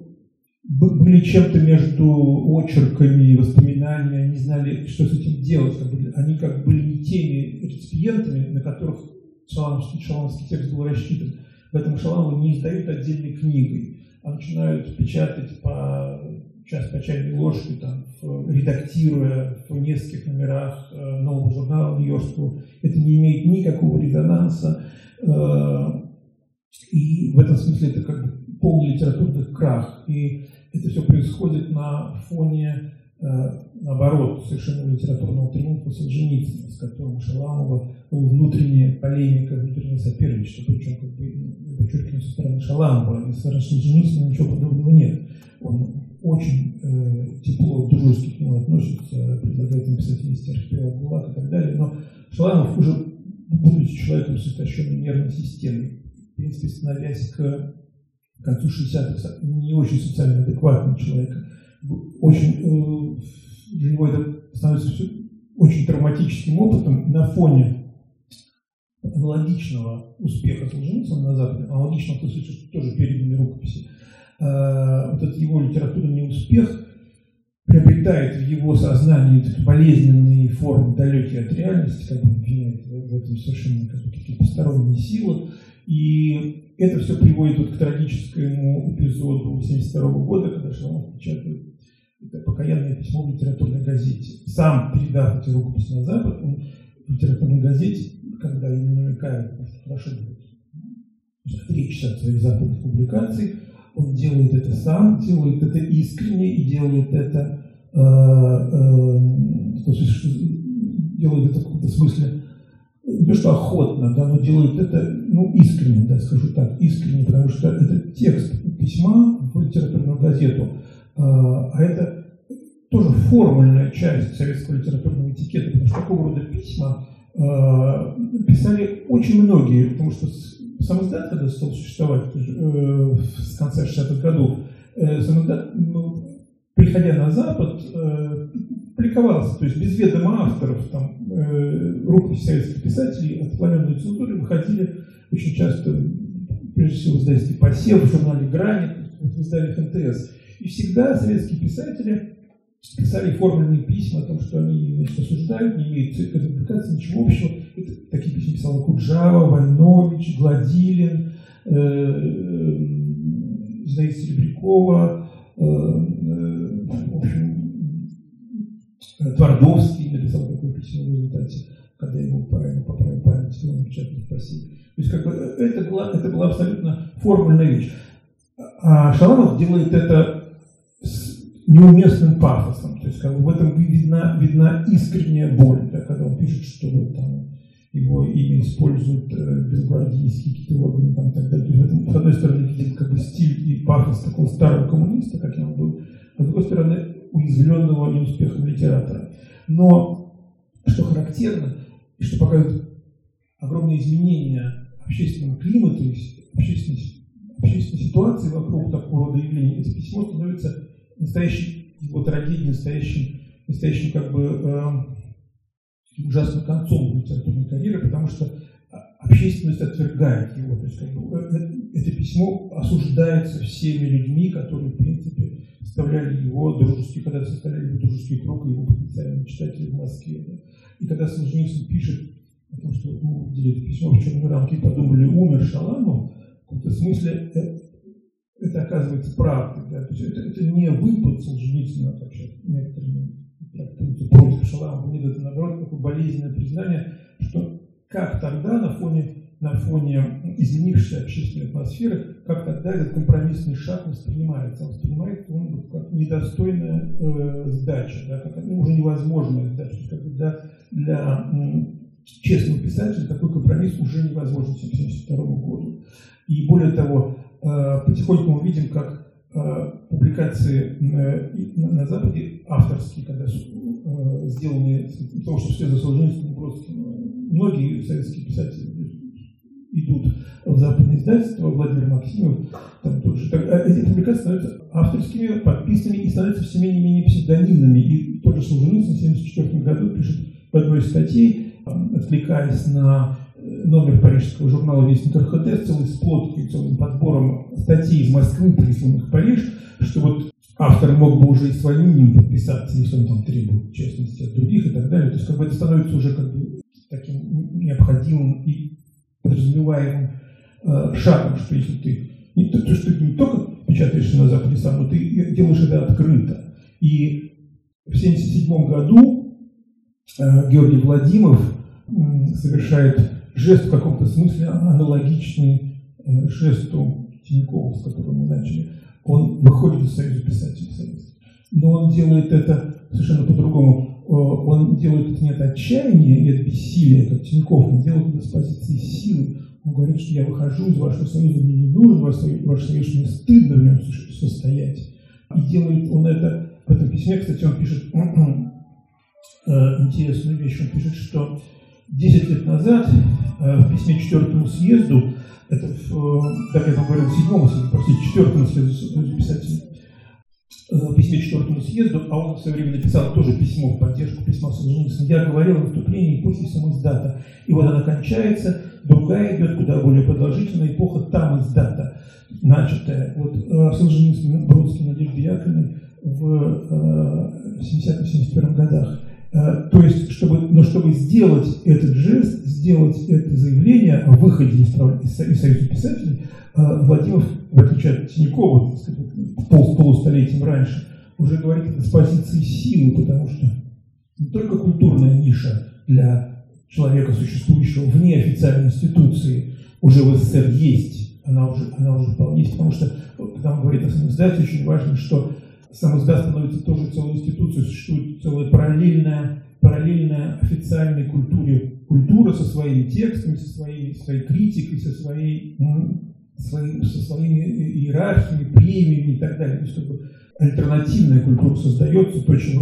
[SPEAKER 1] были чем-то между очерками и воспоминаниями, они знали, что с этим делать, как бы, они как бы были не теми реципиентами, на которых Шаламовский, шаламовский текст был рассчитан. Поэтому Шаламова не издают отдельной книгой, а начинают печатать по час по чайной ложке, там, в, редактируя в нескольких номерах э, нового журнала Нью-Йоркского. Это не имеет никакого резонанса. Э, и в этом смысле это как бы полный литературный крах. И это все происходит на фоне, э, наоборот, совершенно литературного триумфа Солженицына, с которым Шаламова внутренняя полемика, внутреннее соперничество, причем, как бы, подчеркиваю, со стороны Шаламова, а со стороны Солженицына ничего подобного нет. Он очень э, тепло, дружески к нему относится, предлагает им писать вместе архипелаг ГУЛАГ и так далее, но Шаламов уже, будучи человеком с истощенной нервной системой, в принципе, становясь к концу шестидесятых не очень социально адекватным человеком, очень, э, для него это становится все очень травматическим опытом на фоне аналогичного успеха Солженицына на Западе, аналогичного в том смысле, что тоже переданные рукописи, э, вот этот его литературный неуспех приобретает в его сознании болезненные формы, далекие от реальности, как бы он обвиняет в этом совершенно какие-то посторонние силы, и это все приводит вот к трагическому эпизоду семьдесят второго года, когда Шаламов печатает это покаянное письмо в литературной газете. Сам передав эти рукописи на Запад, он в литературной газете, когда ему намекают, что хорошо будет отречься от своих западных публикаций, он делает это сам, делает это искренне и делает это, э, э, то есть, делает это в каком-то смысле, не то что охотно, да, но делает это, ну, искренне, да, скажу так, искренне, потому что это текст письма в литературную газету, э, а это тоже формульная часть советского литературного этикета, потому что такого рода письма э, писали очень многие, потому что сам издат, когда стал существовать э, с конца шестидесятых годов, э, сам издат, ну, приходя на Запад, э, публиковался, то есть без ведома авторов, там, э, рукописи советских писателей, отклоненные цензуры, выходили очень часто, прежде всего, в издательстве «Посев», в журнале «Граник», в изданиях эн тэ эс. И всегда советские писатели писали формульные письма о том, что они, значит, осуждают, не имеют к этой публикации ничего общего. Это, такие письма писала Куджава, Войнович, Гладилин, э, э, Зинаида Серебрякова, э, э, в общем, Твардовский написал такое письмо в результате, когда ему пора ему поправил память, он печатал в России. То есть, как бы, это была, это была абсолютно формульная вещь. А Шаламов делает это с неуместным пафосом. То есть, как бы, в этом видна, видна искренняя боль, да, когда он пишет, что вот, там, его имя используют э, белогвардейские какие-то органы там, и так далее. То есть, в этом, с одной стороны, видит как бы стиль и пафос такого старого коммуниста, как он был, а с другой стороны, уязвленного неуспехом литератора. Но, что характерно, и что показывает огромные изменения общественного климата, то есть общественной, общественной ситуации вокруг такого рода явлений, это письмо становится настоящей его трагедией, настоящим, настоящим как бы э, ужасным концом литературной карьеры, потому что общественность отвергает его. То есть, как бы, это, это письмо осуждается всеми людьми, которые, в принципе, составляли его дружеский, когда составляли его дружеский круг и его потенциальные читатели в Москве. Да. И когда Солженицын пишет о том, что мы увидели это письмо в черной рамке и подумали, умер Шаламов, в каком-то смысле это оказывается правдой. Да? То есть это, это не выпад Солженицына, как сейчас некоторые трактуются против Шаламова. Нет, это наоборот такое болезненное признание, что как тогда на фоне, на фоне изменившейся общественной атмосферы, как тогда этот компромиссный шаг воспринимается. Он воспринимается он как недостойная э, сдача, да, как ну, уже невозможная сдача. Как бы, да, для м, честного писателя такой компромисс уже невозможен к семьдесят второму году. И более того, э, потихоньку мы видим, как э, публикации э, на, на Западе авторские, когда э, сделанные, потому что все за Солженицыным, Бродским, многие советские писатели идут в западное издательство, Владимир Максимов, там тоже. Эти публикации становятся авторскими, подписанными и становятся все менее и менее псевдонимными. И тот же Солженицын в семьдесят четвёртом году пишет в одной из статей, откликаясь на номер парижского журнала «Вестник эр ха дэ» с целой сплоткой, целым подбором статей из Москвы, присланных в Париж, что вот автор мог бы уже и своим ним подписаться, если он там требует честности от других и так далее. То есть как бы это становится уже как бы таким необходимым и подразумеваемым э, шагом, что если ты не, то, что ты не только печатаешься на Западе сам, но ты делаешь это открыто. И в семьдесят седьмом году э, Георгий Владимиров э, совершает жест в каком-то смысле аналогичный э, жесту Тинькова, с которым мы начали. Он выходит из Союза писателей советских. Но он делает это совершенно по-другому. Он делает это не от отчаяния, не от бессилия, как Тиньков, он делает это с позиции силы. Он говорит, что я выхожу из вашего союза, мне не нужен ваш союз, ваш союз, мне стыдно в нем состоять. И делает он это в этом письме, кстати, он пишет интересную вещь, он пишет, что десять лет назад в письме четвертому съезду, это, в, как я там говорил, седьмому съезду, простите, четвертому съезду писателей, в письме четвертому съезду, а он в свое время написал тоже письмо в поддержку письма Солженицына. Я говорил о выступлении эпохи самоиздата. И вот она кончается, другая идет, куда более продолжительная эпоха там издата, начатая. Вот Солженицын, Бродским, Надеждой Яковлевной в семидесятом — семьдесят первом годах. То есть, чтобы, но чтобы сделать этот жест, сделать это заявление о выходе из, из Союза писателей, Владимиров, в отличие от Тинькова, пол, полустолетием раньше, уже говорит это с позиции силы, потому что не только культурная ниша для человека, существующего вне официальной институции, уже в СССР есть, она уже, она уже вполне есть, потому что, когда он говорит о самоиздате, очень важно, что самоиздат становится тоже целой институцией, существует целая параллельная, параллельная официальной культуре культура со своими текстами, со своей, своей критикой, со, своей, своим, со своими иерархиями, премиями и так далее. То есть как бы альтернативная культура создается, то, чего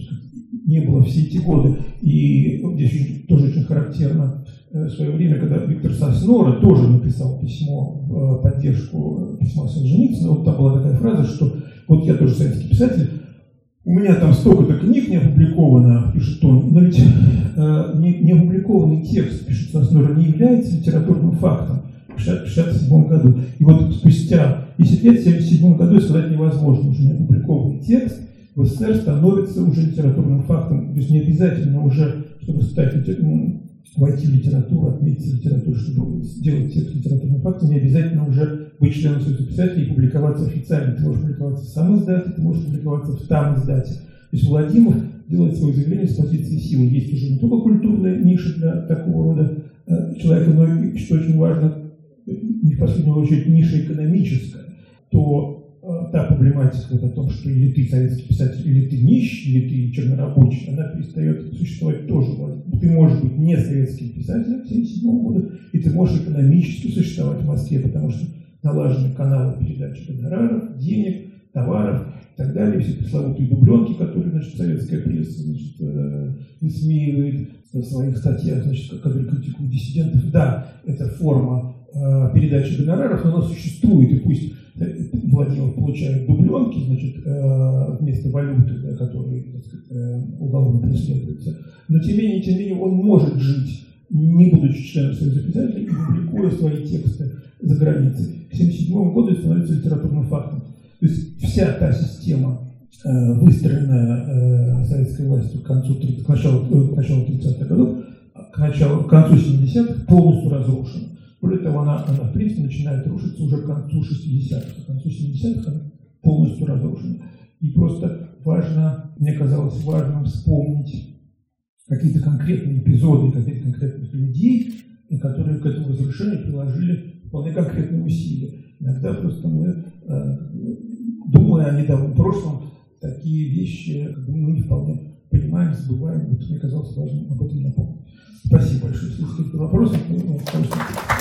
[SPEAKER 1] не было все эти годы. И здесь тоже очень характерно в свое время, когда Виктор Соснора тоже написал письмо в поддержку письма Солженицына, вот там была такая фраза, что вот я тоже советский писатель, у меня там столько-то книг не опубликовано, пишет он, но ведь э, не, не опубликованный текст, пишет Соснора, не является литературным фактом в шестьдесят седьмом году. И вот спустя десять лет, в семьдесят седьмом году, сказать невозможно, уже не опубликованный текст в СССР становится уже литературным фактом. То есть не обязательно уже, чтобы стать, войти в литературу, отметиться в литературу, чтобы сделать текст литературным фактом, не обязательно уже быть членом Союза писателей и публиковаться официально. Ты можешь публиковаться в сам издате, ты можешь публиковаться в там издате. То есть Владимиров делает свое заявление с позиции силы. Есть уже не только культурная ниша для такого рода э, человека, но и, что очень важно, не в последнюю очередь, ниша экономическая. То э, та проблематика вот о том, что или ты советский писатель, или ты нищий, или ты чернорабочий, она перестает существовать тоже. Ты можешь быть не советским писателем в семьдесят седьмом году, и ты можешь экономически существовать в Москве, потому что налажены каналы передачи гонораров, денег, товаров и так далее. Все пресловутые дубленки, которые, значит, советская пресса, значит, э, высмеивает в своих статьях, значит, которые критикуют диссидентов. Да, это форма э, передачи гонораров, но она существует, и пусть Владимир получает дубленки, значит, э, вместо валюты, да, которые, так сказать, э, уголовно преследуются, но тем не менее, тем не менее он может жить, не будучи членом Союза писателей, и публикуя свои тексты за границей. К семьдесят седьмому году это становится литературным фактом. То есть вся та система, э, выстроенная э, советской властью к концу, к началу, э, к началу тридцатых годов, к, началу, к концу семидесятых, полностью разрушена. Более того, она, она в принципе начинает рушиться уже к концу шестидесятых, к концу семидесятых она полностью разрушена. И просто важно, мне казалось важным вспомнить какие-то конкретные эпизоды, каких-то конкретных людей, которые к этому разрушению приложили вполне конкретные усилия. Иногда просто мы, э, думая о недавнем прошлом, такие вещи как бы, мы не вполне понимаем, забываем. Вот мне казалось важным об этом напомнить. Спасибо большое. Если есть какие-то вопросы, то, ну,